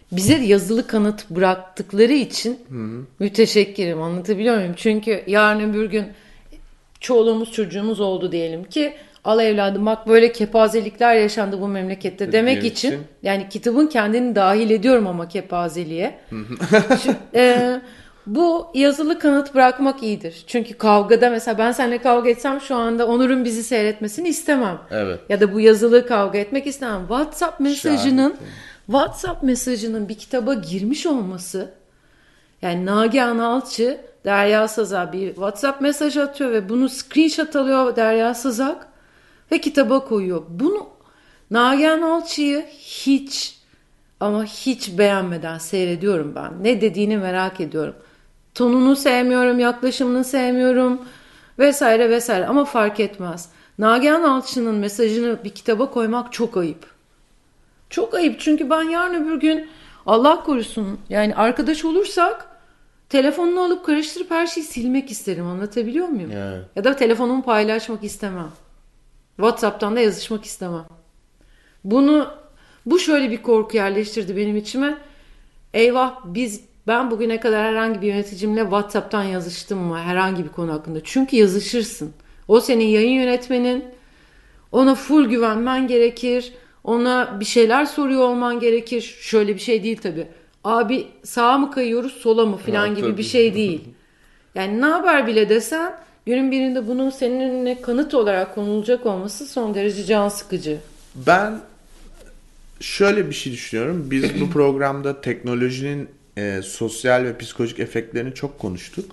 bize yazılı kanıt bıraktıkları için Hı-hı. müteşekkirim, anlatabiliyor muyum? Çünkü yarın öbür gün çoluğumuz çocuğumuz oldu diyelim ki, al evladım bak böyle kepazelikler yaşandı bu memlekette demek için, için yani kitabın kendini dahil ediyorum ama kepazeliğe. Şu, e, bu yazılı kanıt bırakmak iyidir. Çünkü kavgada mesela ben seninle kavga etsem şu anda Onur'un bizi seyretmesini istemem. Evet. Ya da bu yazılı kavga etmek istemem. WhatsApp mesajının Şahit. WhatsApp mesajının bir kitaba girmiş olması, yani Nagihan Alçı Derya Sazak bir WhatsApp mesaj atıyor ve bunu screenshot alıyor Derya Sazak ve kitaba koyuyor. Bunu Nagihan Alçı'yı hiç ama hiç beğenmeden seyrediyorum ben. Ne dediğini merak ediyorum. Tonunu sevmiyorum, yaklaşımını sevmiyorum vesaire vesaire ama fark etmez. Nagihan Alçı'nın mesajını bir kitaba koymak çok ayıp. Çok ayıp çünkü ben yarın öbür gün Allah korusun yani arkadaş olursak telefonunu alıp karıştırıp her şeyi silmek isterim, anlatabiliyor muyum? Evet. Ya da telefonumu paylaşmak istemem. WhatsApp'tan da yazışmak istemem. Bunu bu şöyle bir korku yerleştirdi benim içime. Eyvah biz ben bugüne kadar herhangi bir yöneticimle WhatsApp'tan yazıştım mı herhangi bir konu hakkında? Çünkü yazışırsın. O senin yayın yönetmenin. Ona full güvenmen gerekir. Ona bir şeyler soruyor olman gerekir. Şöyle bir şey değil tabii. Abi sağa mı kayıyoruz sola mı falan ya, gibi tabii. Bir şey değil. Yani ne haber bile desen günün birinde bunun senin önüne kanıt olarak konulacak olması son derece can sıkıcı. Ben şöyle bir şey düşünüyorum. Biz bu programda teknolojinin e, sosyal ve psikolojik efektlerini çok konuştuk.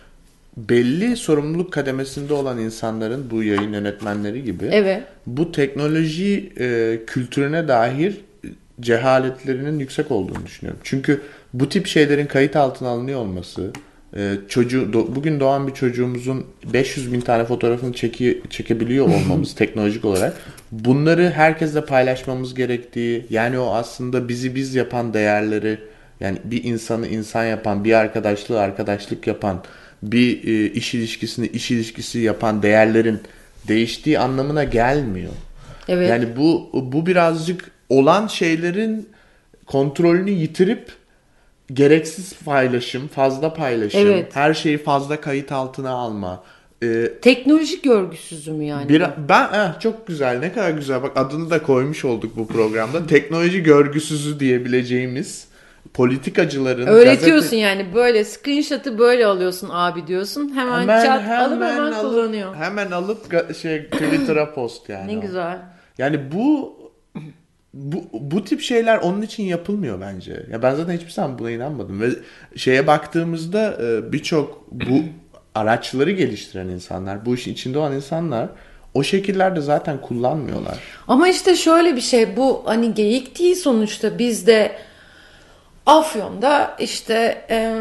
Belli sorumluluk kademesinde olan insanların, bu yayın yönetmenleri gibi, evet. bu teknoloji e, kültürüne dair cehaletlerinin yüksek olduğunu düşünüyorum. Çünkü bu tip şeylerin kayıt altına alınıyor olması, e, çocuğu do, bugün doğan bir çocuğumuzun beş yüz bin tane fotoğrafını çeki, çekebiliyor olmamız teknolojik olarak, bunları herkesle paylaşmamız gerektiği, yani o aslında bizi biz yapan değerleri, yani bir insanı insan yapan, bir arkadaşlığı arkadaşlık yapan, bir e, iş ilişkisini iş ilişkisi yapan değerlerin değiştiği anlamına gelmiyor. Evet. Yani bu bu birazcık olan şeylerin kontrolünü yitirip gereksiz paylaşım, fazla paylaşım, evet. her şeyi fazla kayıt altına alma. Ee, Teknolojik görgüsüzü mü yani? Bir, ben eh, çok güzel, ne kadar güzel. Bak adını da koymuş olduk bu programda. Teknoloji görgüsüzü diyebileceğimiz politikacıların öğretiyorsun gazete... yani böyle screenshot'ı böyle alıyorsun abi diyorsun. Hemen, hemen chat hemen alıp hemen alıp, kullanıyor. Hemen alıp şey Twitter'a post yani. Ne güzel. Yani bu bu bu tip şeyler onun için yapılmıyor bence. Ya ben zaten hiçbir zaman buna inanmadım ve şeye baktığımızda birçok bu araçları geliştiren insanlar, bu işin içinde olan insanlar o şekillerde zaten kullanmıyorlar. Ama işte şöyle bir şey, bu hani geyik değil sonuçta. Biz de Afyon'da işte e,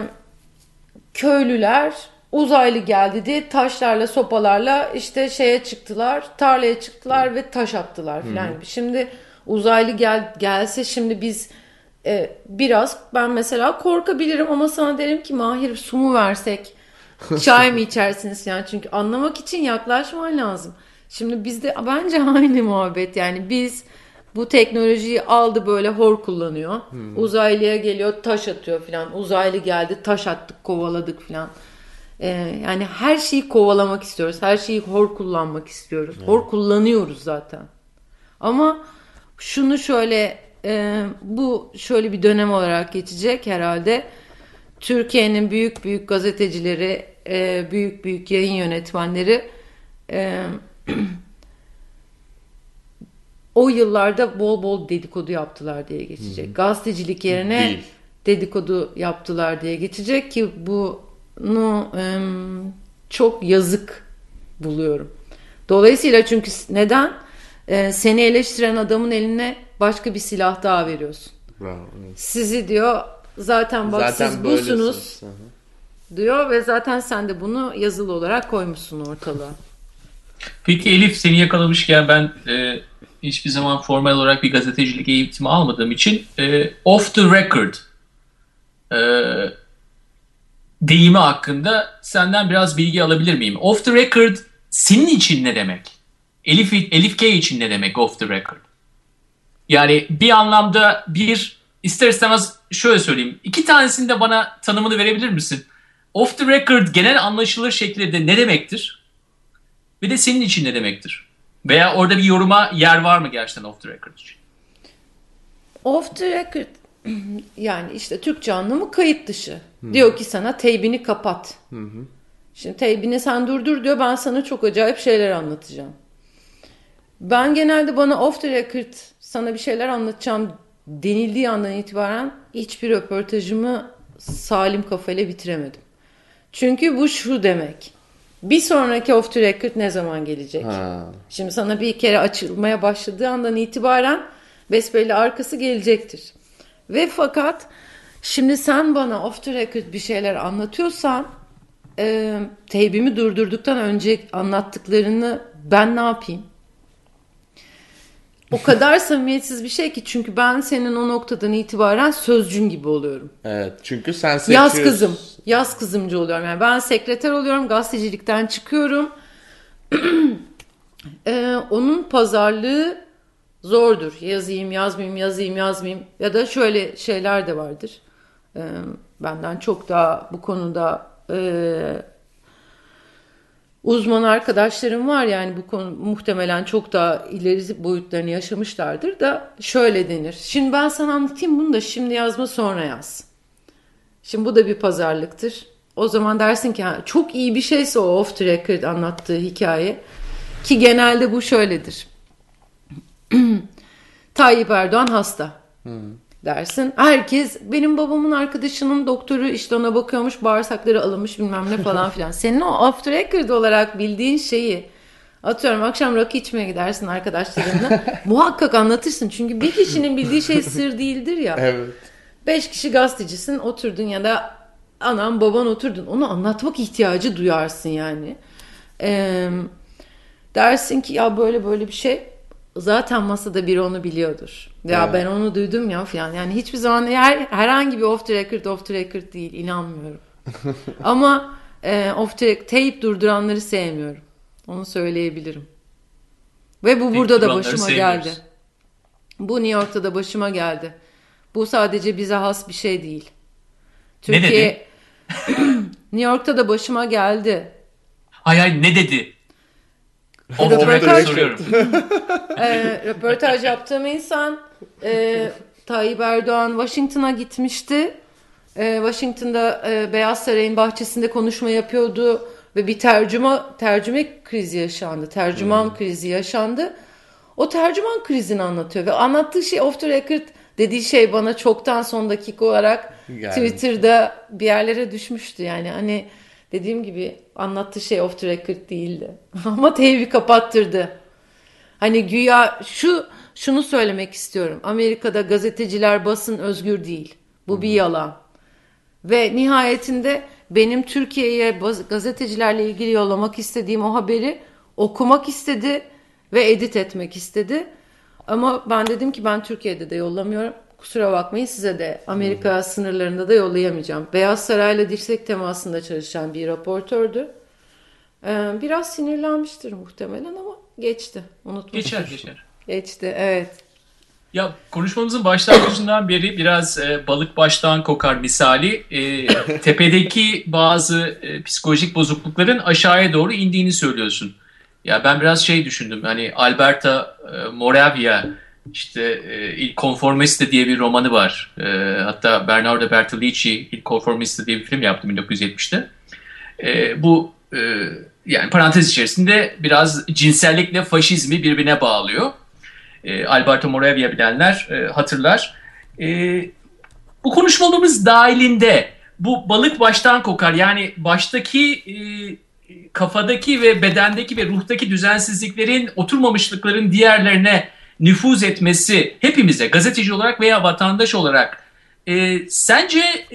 köylüler uzaylı geldi diye taşlarla sopalarla işte şeye çıktılar, tarlaya çıktılar ve taş attılar falan gibi. Şimdi uzaylı gel, gelse şimdi biz e, biraz ben mesela korkabilirim ama sana derim ki Mahir su mu versek, çay mı içersiniz yani, çünkü anlamak için yaklaşman lazım. Şimdi bizde bence aynı muhabbet, yani biz bu teknolojiyi aldı böyle hor kullanıyor. Hmm. Uzaylıya geliyor taş atıyor falan. Uzaylı geldi taş attık kovaladık falan. Ee, yani her şeyi kovalamak istiyoruz. Her şeyi hor kullanmak istiyoruz. Hmm. Hor kullanıyoruz zaten. Ama şunu şöyle e, bu şöyle bir dönem olarak geçecek herhalde. Türkiye'nin büyük büyük gazetecileri, e, büyük büyük yayın yönetmenleri e, o yıllarda bol bol dedikodu yaptılar diye geçecek. Hı-hı. Gazetecilik yerine Değil. dedikodu yaptılar diye geçecek ki bunu e, çok yazık buluyorum. Dolayısıyla çünkü neden? E, seni eleştiren adamın eline başka bir silah daha veriyorsun. Bravo, evet. Sizi diyor zaten bak zaten siz busunuz diyor ve zaten sen de bunu yazılı olarak koymuşsun ortalığa. Peki Elif, seni yakalamışken ben e, hiçbir zaman formal olarak bir gazetecilik eğitimi almadığım için e, off the record e, deyimi hakkında senden biraz bilgi alabilir miyim? Off the record senin için ne demek? Elif, Elif K için ne demek off the record? Yani bir anlamda bir ister istemez şöyle söyleyeyim. İki tanesini de bana tanımını verebilir misin? Off the record genel anlaşılır şekilde ne demektir? Bir de senin için ne demektir? Veya orada bir yoruma yer var mı gerçekten off the record için? Off the record yani işte Türkçe anlamı kayıt dışı. Hı. Diyor ki sana teybini kapat. Hı hı. Şimdi teybini sen durdur diyor, ben sana çok acayip şeyler anlatacağım. Ben genelde bana off the record sana bir şeyler anlatacağım denildiği andan itibaren hiçbir röportajımı salim kafayla bitiremedim. Çünkü bu şu demek. Bir sonraki off the record ne zaman gelecek? Ha. Şimdi sana bir kere açılmaya başladığı andan itibaren besbelli arkası gelecektir. Ve fakat şimdi sen bana off the record bir şeyler anlatıyorsan e, teybimi durdurduktan önce anlattıklarını ben ne yapayım? O kadar samimiyetsiz bir şey ki, çünkü ben senin o noktadan itibaren sözcün gibi oluyorum. Evet, çünkü sen seçiyorsun. Yaz kızım, yaz kızımcı oluyorum. Yani ben sekreter oluyorum, gazetecilikten çıkıyorum. ee, onun pazarlığı zordur. Yazayım, yazmayayım, yazayım, yazmayayım. Ya da şöyle şeyler de vardır. Ee, benden çok daha bu konuda e, uzman arkadaşlarım var, yani bu konu muhtemelen çok daha ileri boyutlarını yaşamışlardır da şöyle denir. Şimdi ben sana anlatayım bunu da şimdi yazma sonra yaz. Şimdi bu da bir pazarlıktır. O zaman dersin ki çok iyi bir şeyse o off the record anlattığı hikaye, ki genelde bu şöyledir. Tayyip Erdoğan hasta. Hmm. Dersin. Herkes benim babamın arkadaşının doktoru işte ona bakıyormuş, bağırsakları alınmış bilmem ne falan filan. Senin o off the record olarak bildiğin şeyi, atıyorum akşam rakı içmeye gidersin arkadaşlarınla, muhakkak anlatırsın. Çünkü bir kişinin bildiği şey sır değildir ya. Evet. Beş kişi gazetecisin, oturdun ya da anan baban oturdun. Onu anlatmak ihtiyacı duyarsın yani. Ee, dersin ki ya böyle böyle bir şey. Zaten masada biri onu biliyordur. Ya evet, ben onu duydum ya falan. Yani hiçbir zaman her, herhangi bir off the record off the record değil. İnanmıyorum. Ama e, off the record, teyip durduranları sevmiyorum. Onu söyleyebilirim. Ve bu teyip burada da başıma geldi. Bu New York'ta da başıma geldi. Bu sadece bize has bir şey değil. Türkiye New York'ta da başıma geldi. Hay hay, ne dedi? Röportaj, e, röportaj yaptığım insan e, Tayyip Erdoğan Washington'a gitmişti. E, Washington'da e, Beyaz Saray'ın bahçesinde konuşma yapıyordu ve bir tercüme tercüme krizi yaşandı. Tercüman hmm. krizi yaşandı. O tercüman krizini anlatıyor ve anlattığı şey off the record dediği şey bana çoktan son dakika olarak yani Twitter'da bir yerlere düşmüştü. Yani hani dediğim gibi anlattığı şey off the record değildi. Ama teybi kapattırdı. Hani güya şu şunu söylemek istiyorum. Amerika'da gazeteciler, basın özgür değil. Bu hmm. bir yalan. Ve nihayetinde benim Türkiye'ye gazetecilerle ilgili yollamak istediğim o haberi okumak istedi ve edit etmek istedi. Ama ben dedim ki ben Türkiye'de de yollamıyorum. Kusura bakmayın, size de Amerika hmm. sınırlarında da yollayamayacağım. Beyaz Saray'la dirsek temasında çalışan bir raportördü. Ee, biraz sinirlenmiştir muhtemelen ama geçti. Unutmuştur. Geçer geçer. Geçti, evet. Ya konuşmamızın başlangıcından beri biraz e, balık baştan kokar misali e, tepedeki bazı e, psikolojik bozuklukların aşağıya doğru indiğini söylüyorsun. Ya ben biraz şey düşündüm, hani Alberta e, Moravia işte e, Il Conformista diye bir romanı var. E, hatta Bernardo Bertolucci Il Conformista diye bir film yaptı bin dokuz yüz yetmişte. E, bu e, yani parantez içerisinde biraz cinsellikle faşizmi birbirine bağlıyor. E, Alberto Moravia bilenler e, hatırlar. E, bu konuşmamız dahilinde bu balık baştan kokar. Yani baştaki e, kafadaki ve bedendeki ve ruhtaki düzensizliklerin, oturmamışlıkların diğerlerine nüfuz etmesi hepimize gazeteci olarak veya vatandaş olarak e, sence e,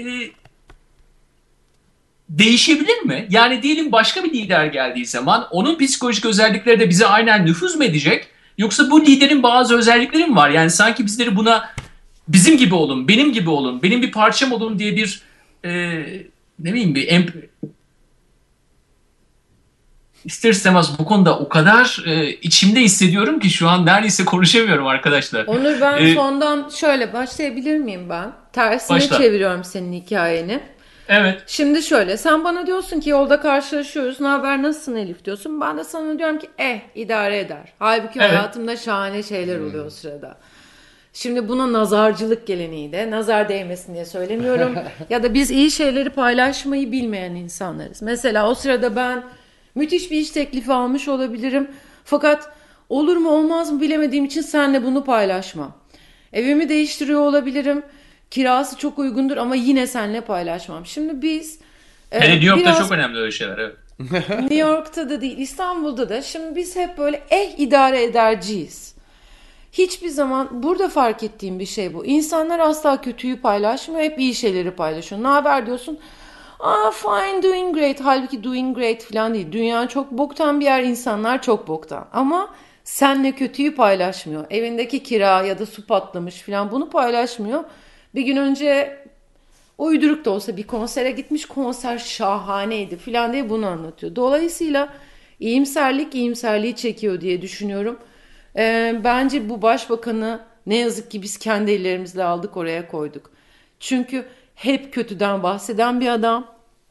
değişebilir mi? Yani diyelim başka bir lider geldiği zaman onun psikolojik özellikleri de bize aynen nüfuz mu edecek? Yoksa bu liderin bazı özellikleri mi var? Yani sanki bizleri buna bizim gibi olun, benim gibi olun, benim bir parçam olun diye bir e, ne bileyim bir emp- ister istemez bu konuda o kadar e, içimde hissediyorum ki şu an neredeyse konuşamıyorum arkadaşlar. Onur, ben Ee, sondan şöyle başlayabilir miyim ben? Tersine Başla. çeviriyorum senin hikayeni. Evet. Şimdi şöyle, sen bana diyorsun ki yolda karşılaşıyoruz, ne haber, nasılsın Elif diyorsun. Ben de sana diyorum ki eh idare eder. Halbuki Evet. hayatımda şahane şeyler oluyor o sırada. Şimdi buna nazarcılık geleneği de, nazar değmesin diye söylemiyorum. Ya da biz iyi şeyleri paylaşmayı bilmeyen insanlarız. Mesela o sırada ben müthiş bir iş teklifi almış olabilirim. Fakat olur mu olmaz mı bilemediğim için seninle bunu paylaşmam. Evimi değiştiriyor olabilirim. Kirası çok uygundur ama yine seninle paylaşmam. Şimdi biz e, Hele New York'ta biraz çok önemli öyle şeyler. Evet. New York'ta da değil, İstanbul'da da. Şimdi biz hep böyle eh idare ederciyiz. Hiçbir zaman burada fark ettiğim bir şey bu. İnsanlar asla kötüyü paylaşmıyor. Hep iyi şeyleri paylaşıyor. Ne haber diyorsun? Aa fine, doing great. Halbuki doing great falan değil. Dünya çok boktan bir yer. İnsanlar çok boktan. Ama senle kötüyü paylaşmıyor. Evindeki kira ya da su patlamış falan bunu paylaşmıyor. Bir gün önce uyduruk da olsa bir konsere gitmiş. Konser şahaneydi falan diye bunu anlatıyor. Dolayısıyla iyimserlik iyimserliği çekiyor diye düşünüyorum. Ee, bence bu başbakanı ne yazık ki biz kendi ellerimizle aldık, oraya koyduk. Çünkü hep kötüden bahseden bir adam.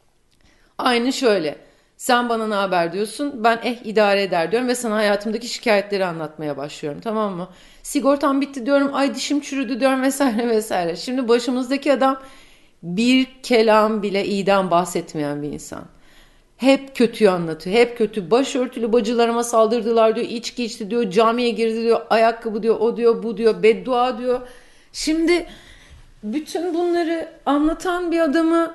Aynı şöyle. Sen bana ne haber diyorsun. Ben eh idare eder diyorum ve sana hayatımdaki şikayetleri anlatmaya başlıyorum, tamam mı? Sigortam bitti diyorum. Ay dişim çürüdü diyorum vesaire vesaire. Şimdi başımızdaki adam bir kelam bile iyiden bahsetmeyen bir insan. Hep kötüyü anlatıyor. Hep kötü. Başörtülü bacılarıma saldırdılar diyor. İçki içti diyor. Camiye girdi diyor. Ayakkabı diyor. O diyor. Bu diyor. Beddua diyor. Şimdi bütün bunları anlatan bir adamı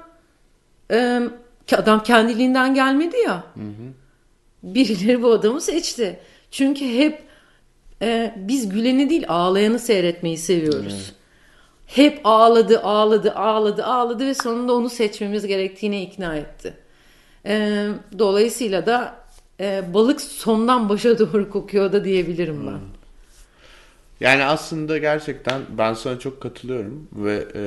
e, adam kendiliğinden gelmedi ya. Hı hı. Birileri bu adamı seçti. Çünkü hep e, biz güleni değil ağlayanı seyretmeyi seviyoruz. Hı. Hep ağladı, ağladı, ağladı, ağladı ve sonunda onu seçmemiz gerektiğine ikna etti. E, dolayısıyla da e, balık sondan başa doğru kokuyor da diyebilirim ben. Yani aslında gerçekten ben sana çok katılıyorum ve e,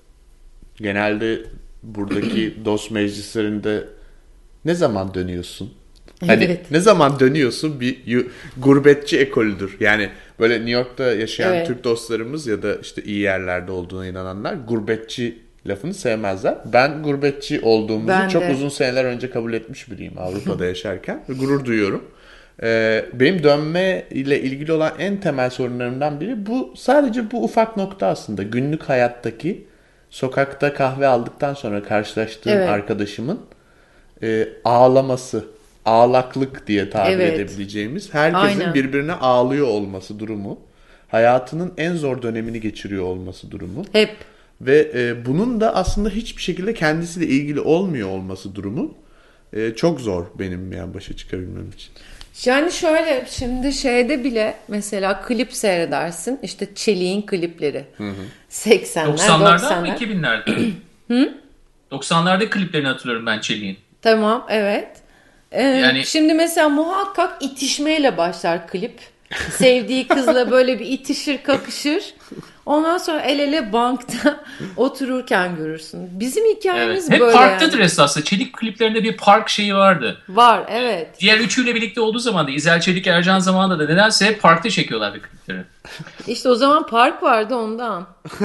genelde buradaki dost meclislerinde ne zaman dönüyorsun? Hani Evet. ne zaman dönüyorsun bir yu- gurbetçi ekolüdür. Yani böyle New York'ta yaşayan Evet. Türk dostlarımız ya da işte iyi yerlerde olduğuna inananlar gurbetçi lafını sevmezler. Ben gurbetçi olduğumuzu Ben çok de. uzun seneler önce kabul etmiş biriyim Avrupa'da yaşarken ve gurur duyuyorum. Ee, benim dönme ile ilgili olan en temel sorunlarımdan biri bu, sadece bu ufak nokta aslında. Günlük hayattaki sokakta kahve aldıktan sonra karşılaştığım Evet. arkadaşımın e, ağlaması, ağlaklık diye tabir Evet. edebileceğimiz, herkesin Aynen. birbirine ağlıyor olması durumu, hayatının en zor dönemini geçiriyor olması durumu. Hep. Ve e, bunun da aslında hiçbir şekilde kendisiyle ilgili olmuyor olması durumu e, çok zor benim yani başa çıkabilmem için. Yani şöyle, şimdi şeyde bile mesela klip seyredersin, işte Çelik'in klipleri. seksenler, doksanlarda mı doksanlar. iki binlerde? doksanlarda kliplerini hatırlıyorum ben Çelik'in. Tamam, evet. Ee, Yani- Şimdi mesela muhakkak itişmeyle başlar klip. Sevdiği kızla böyle bir itişir, kakışır. Ondan sonra el ele bankta otururken görürsün. Bizim hikayemiz Evet. Hep böyle parktadır yani. esasında. Çelik kliplerinde bir park şeyi vardı. Var, evet. Diğer üçüyle birlikte olduğu zaman da İzel Çelik, Ercan zamanında da nedense hep parkta çekiyorlardı klipleri. İşte o zaman park vardı ondan.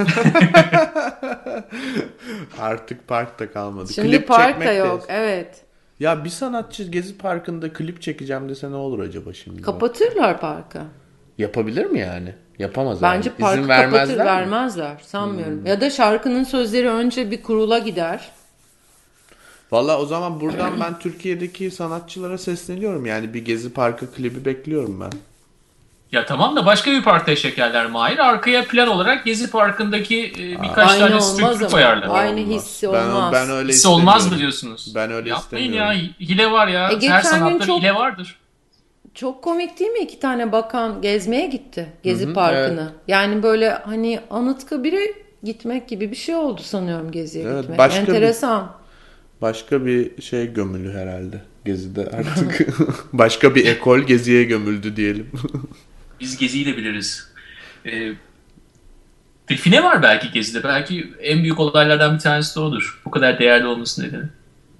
Artık parkta kalmadı. Şimdi Klip park çekmek da de- yok, evet. Ya bir sanatçı Gezi Parkı'nda klip çekeceğim dese ne olur acaba şimdi? Kapatırlar parkı. Yapabilir mi yani? Yapamaz Bence yani. parkı İzin kapatır vermezler mi? vermezler. Sanmıyorum. Ya da şarkının sözleri önce bir kurula gider. Valla o zaman buradan ben Türkiye'deki sanatçılara sesleniyorum. Yani bir Gezi Parkı klibi bekliyorum ben. Ya tamam da başka bir parkta çekerler Mahir. Arkaya plan olarak Gezi Parkı'ndaki e, birkaç Aynı tane olmaz striptür ama. koyarlar. Aynı Olmaz. hissi Ben- olmaz. Ben, öyle Hissi olmaz mı istemiyorum. diyorsunuz? Ben öyle Yapmayın istemiyorum. ya. Hile var ya. E, geçen Her gün sanatta çok- bir hile vardır. Çok komik değil mi? İki tane bakan gezmeye gitti Gezi Parkı'nı. Yani böyle hani Anıtkabir'e gitmek gibi bir şey oldu sanıyorum Gezi'ye Evet, gitmek. başka bir- Enteresan. Başka bir şey gömülü herhalde Gezi'de artık. Başka bir ekol Gezi'ye gömüldü diyelim. Biz Gezi'yi de biliriz. E, define var belki Gezi'de. Belki en büyük olaylardan bir tanesi de odur. Bu kadar değerli olması nedeni.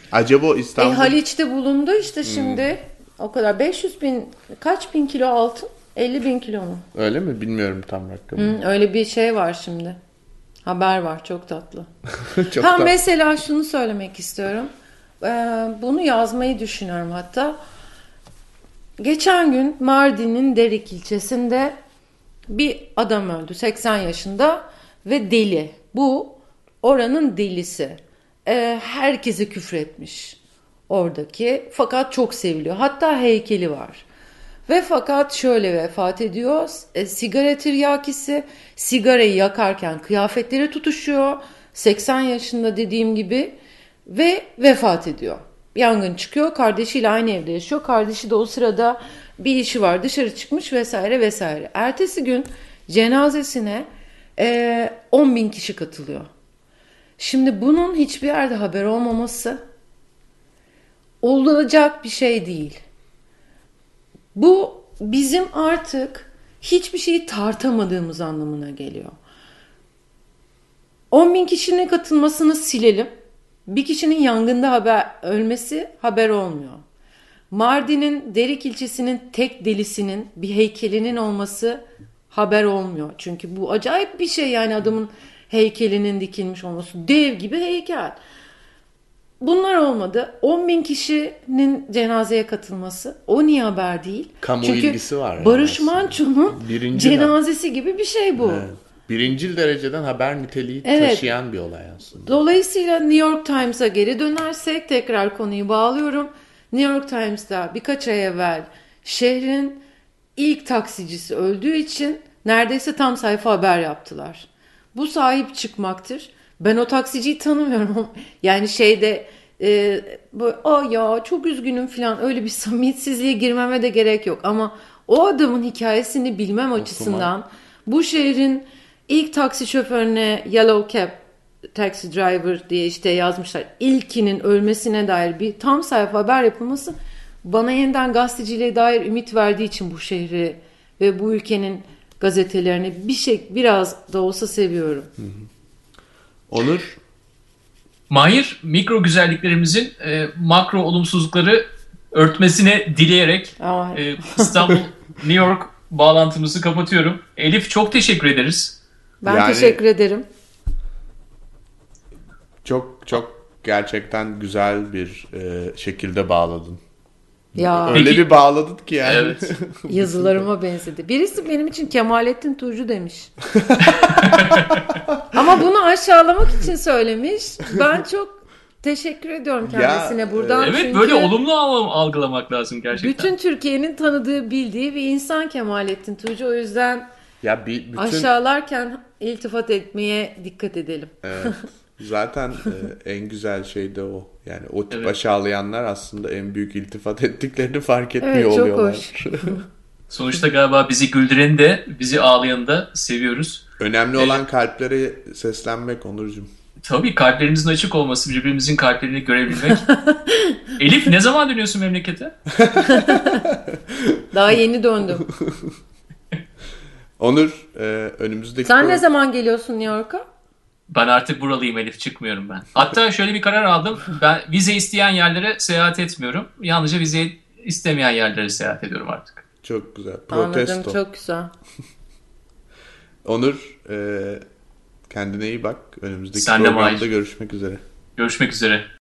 Acaba o E, İstanbul... Haliç'te bulundu işte şimdi. O kadar. beş yüz bin, kaç bin kilo altın? elli bin kilo mu? Öyle mi? Bilmiyorum tam rakamı. Hı, öyle bir şey var şimdi. Haber var. Çok tatlı. Çok ha da- mesela şunu söylemek istiyorum. Ee, bunu yazmayı düşünüyorum hatta. Geçen gün Mardin'in Derik ilçesinde bir adam öldü. seksen yaşında ve deli. Bu oranın delisi. Ee, herkese küfretmiş oradaki. Fakat çok seviliyor. Hatta heykeli var. Ve fakat şöyle vefat ediyor. E, sigara tiryakisi, sigarayı yakarken kıyafetleri tutuşuyor. seksen yaşında dediğim gibi ve vefat ediyor. Yangın çıkıyor. Kardeşiyle aynı evde yaşıyor. Kardeşi de o sırada bir işi var. Dışarı çıkmış vesaire vesaire. Ertesi gün cenazesine e, on bin kişi katılıyor. Şimdi bunun hiçbir yerde haber olmaması olacak bir şey değil. Bu bizim artık hiçbir şeyi tartamadığımız anlamına geliyor. on bin kişinin katılmasını silelim. Bir kişinin yangında haber ölmesi haber olmuyor. Mardin'in Derik ilçesinin tek delisinin bir heykelinin olması haber olmuyor. Çünkü bu acayip bir şey yani adamın heykelinin dikilmiş olması. Dev gibi heykel. Bunlar olmadı. on bin kişinin cenazeye katılması. O niye haber değil? Kamu Çünkü ilgisi var yani Barış aslında. Manço'nun Birinci cenazesi gibi bir şey bu. Evet. Birincil dereceden haber niteliği Evet. taşıyan bir olay aslında. Dolayısıyla New York Times'a geri dönersek tekrar konuyu bağlıyorum. New York Times'ta birkaç ay evvel şehrin ilk taksicisi öldüğü için neredeyse tam sayfa haber yaptılar. Bu sahip çıkmaktır. Ben o taksiciyi tanımıyorum. Yani şeyde e, böyle, Aa ya çok üzgünüm falan öyle bir samimiyetsizliğe girmeme de gerek yok. Ama o adamın hikayesini bilmem açısından bu şehrin ilk taksi şoförüne Yellow Cab Taxi Driver diye işte yazmışlar. İlkinin ölmesine dair bir tam sayfa haber yapılması bana yeniden gazeteciliğe dair ümit verdiği için bu şehri ve bu ülkenin gazetelerini bir şey biraz da olsa seviyorum. Onur, Mahir, mikro güzelliklerimizin e, makro olumsuzlukları örtmesine dileyerek Aa. e, İstanbul New York bağlantımızı kapatıyorum. Elif çok teşekkür ederiz. Ben Yani- teşekkür ederim. çok çok gerçekten güzel bir e, şekilde bağladın. Ya Öyle Peki- bir bağladın ki yani. Evet. yazılarıma benzedi. Birisi benim için Kemalettin Tuğcu demiş. Ama bunu aşağılamak için söylemiş. Ben çok teşekkür ediyorum kendisine Ya, buradan. Evet, Çünkü böyle olumlu al- algılamak lazım gerçekten. bütün Türkiye'nin tanıdığı, bildiği bir insan Kemalettin Tuğcu. O yüzden Ya bir, bütün aşağılarken iltifat etmeye dikkat edelim. evet, zaten e, en güzel şey de o. Yani o tip Evet. aşağılayanlar aslında en büyük iltifat ettiklerini fark etmiyor Evet, çok oluyorlar. hoş. Sonuçta galiba bizi güldüreni de bizi ağlayanı da seviyoruz. Önemli olan kalplere seslenmek Onurcuğum. Tabii kalplerimizin açık olması, birbirimizin kalplerini görebilmek. Elif ne zaman dönüyorsun memlekete? Daha yeni döndüm. Onur, e, önümüzdeki... Sen pro- ne zaman geliyorsun New York'a? Ben artık buralıyım Elif, çıkmıyorum ben. Hatta şöyle bir karar aldım. Ben vize isteyen yerlere seyahat etmiyorum. Yalnızca vize istemeyen yerlere seyahat ediyorum artık. Çok güzel. Protesto. Anladım, çok güzel. Onur, e, kendine iyi bak. Önümüzdeki Sen de programda Mahir. görüşmek üzere. Görüşmek üzere.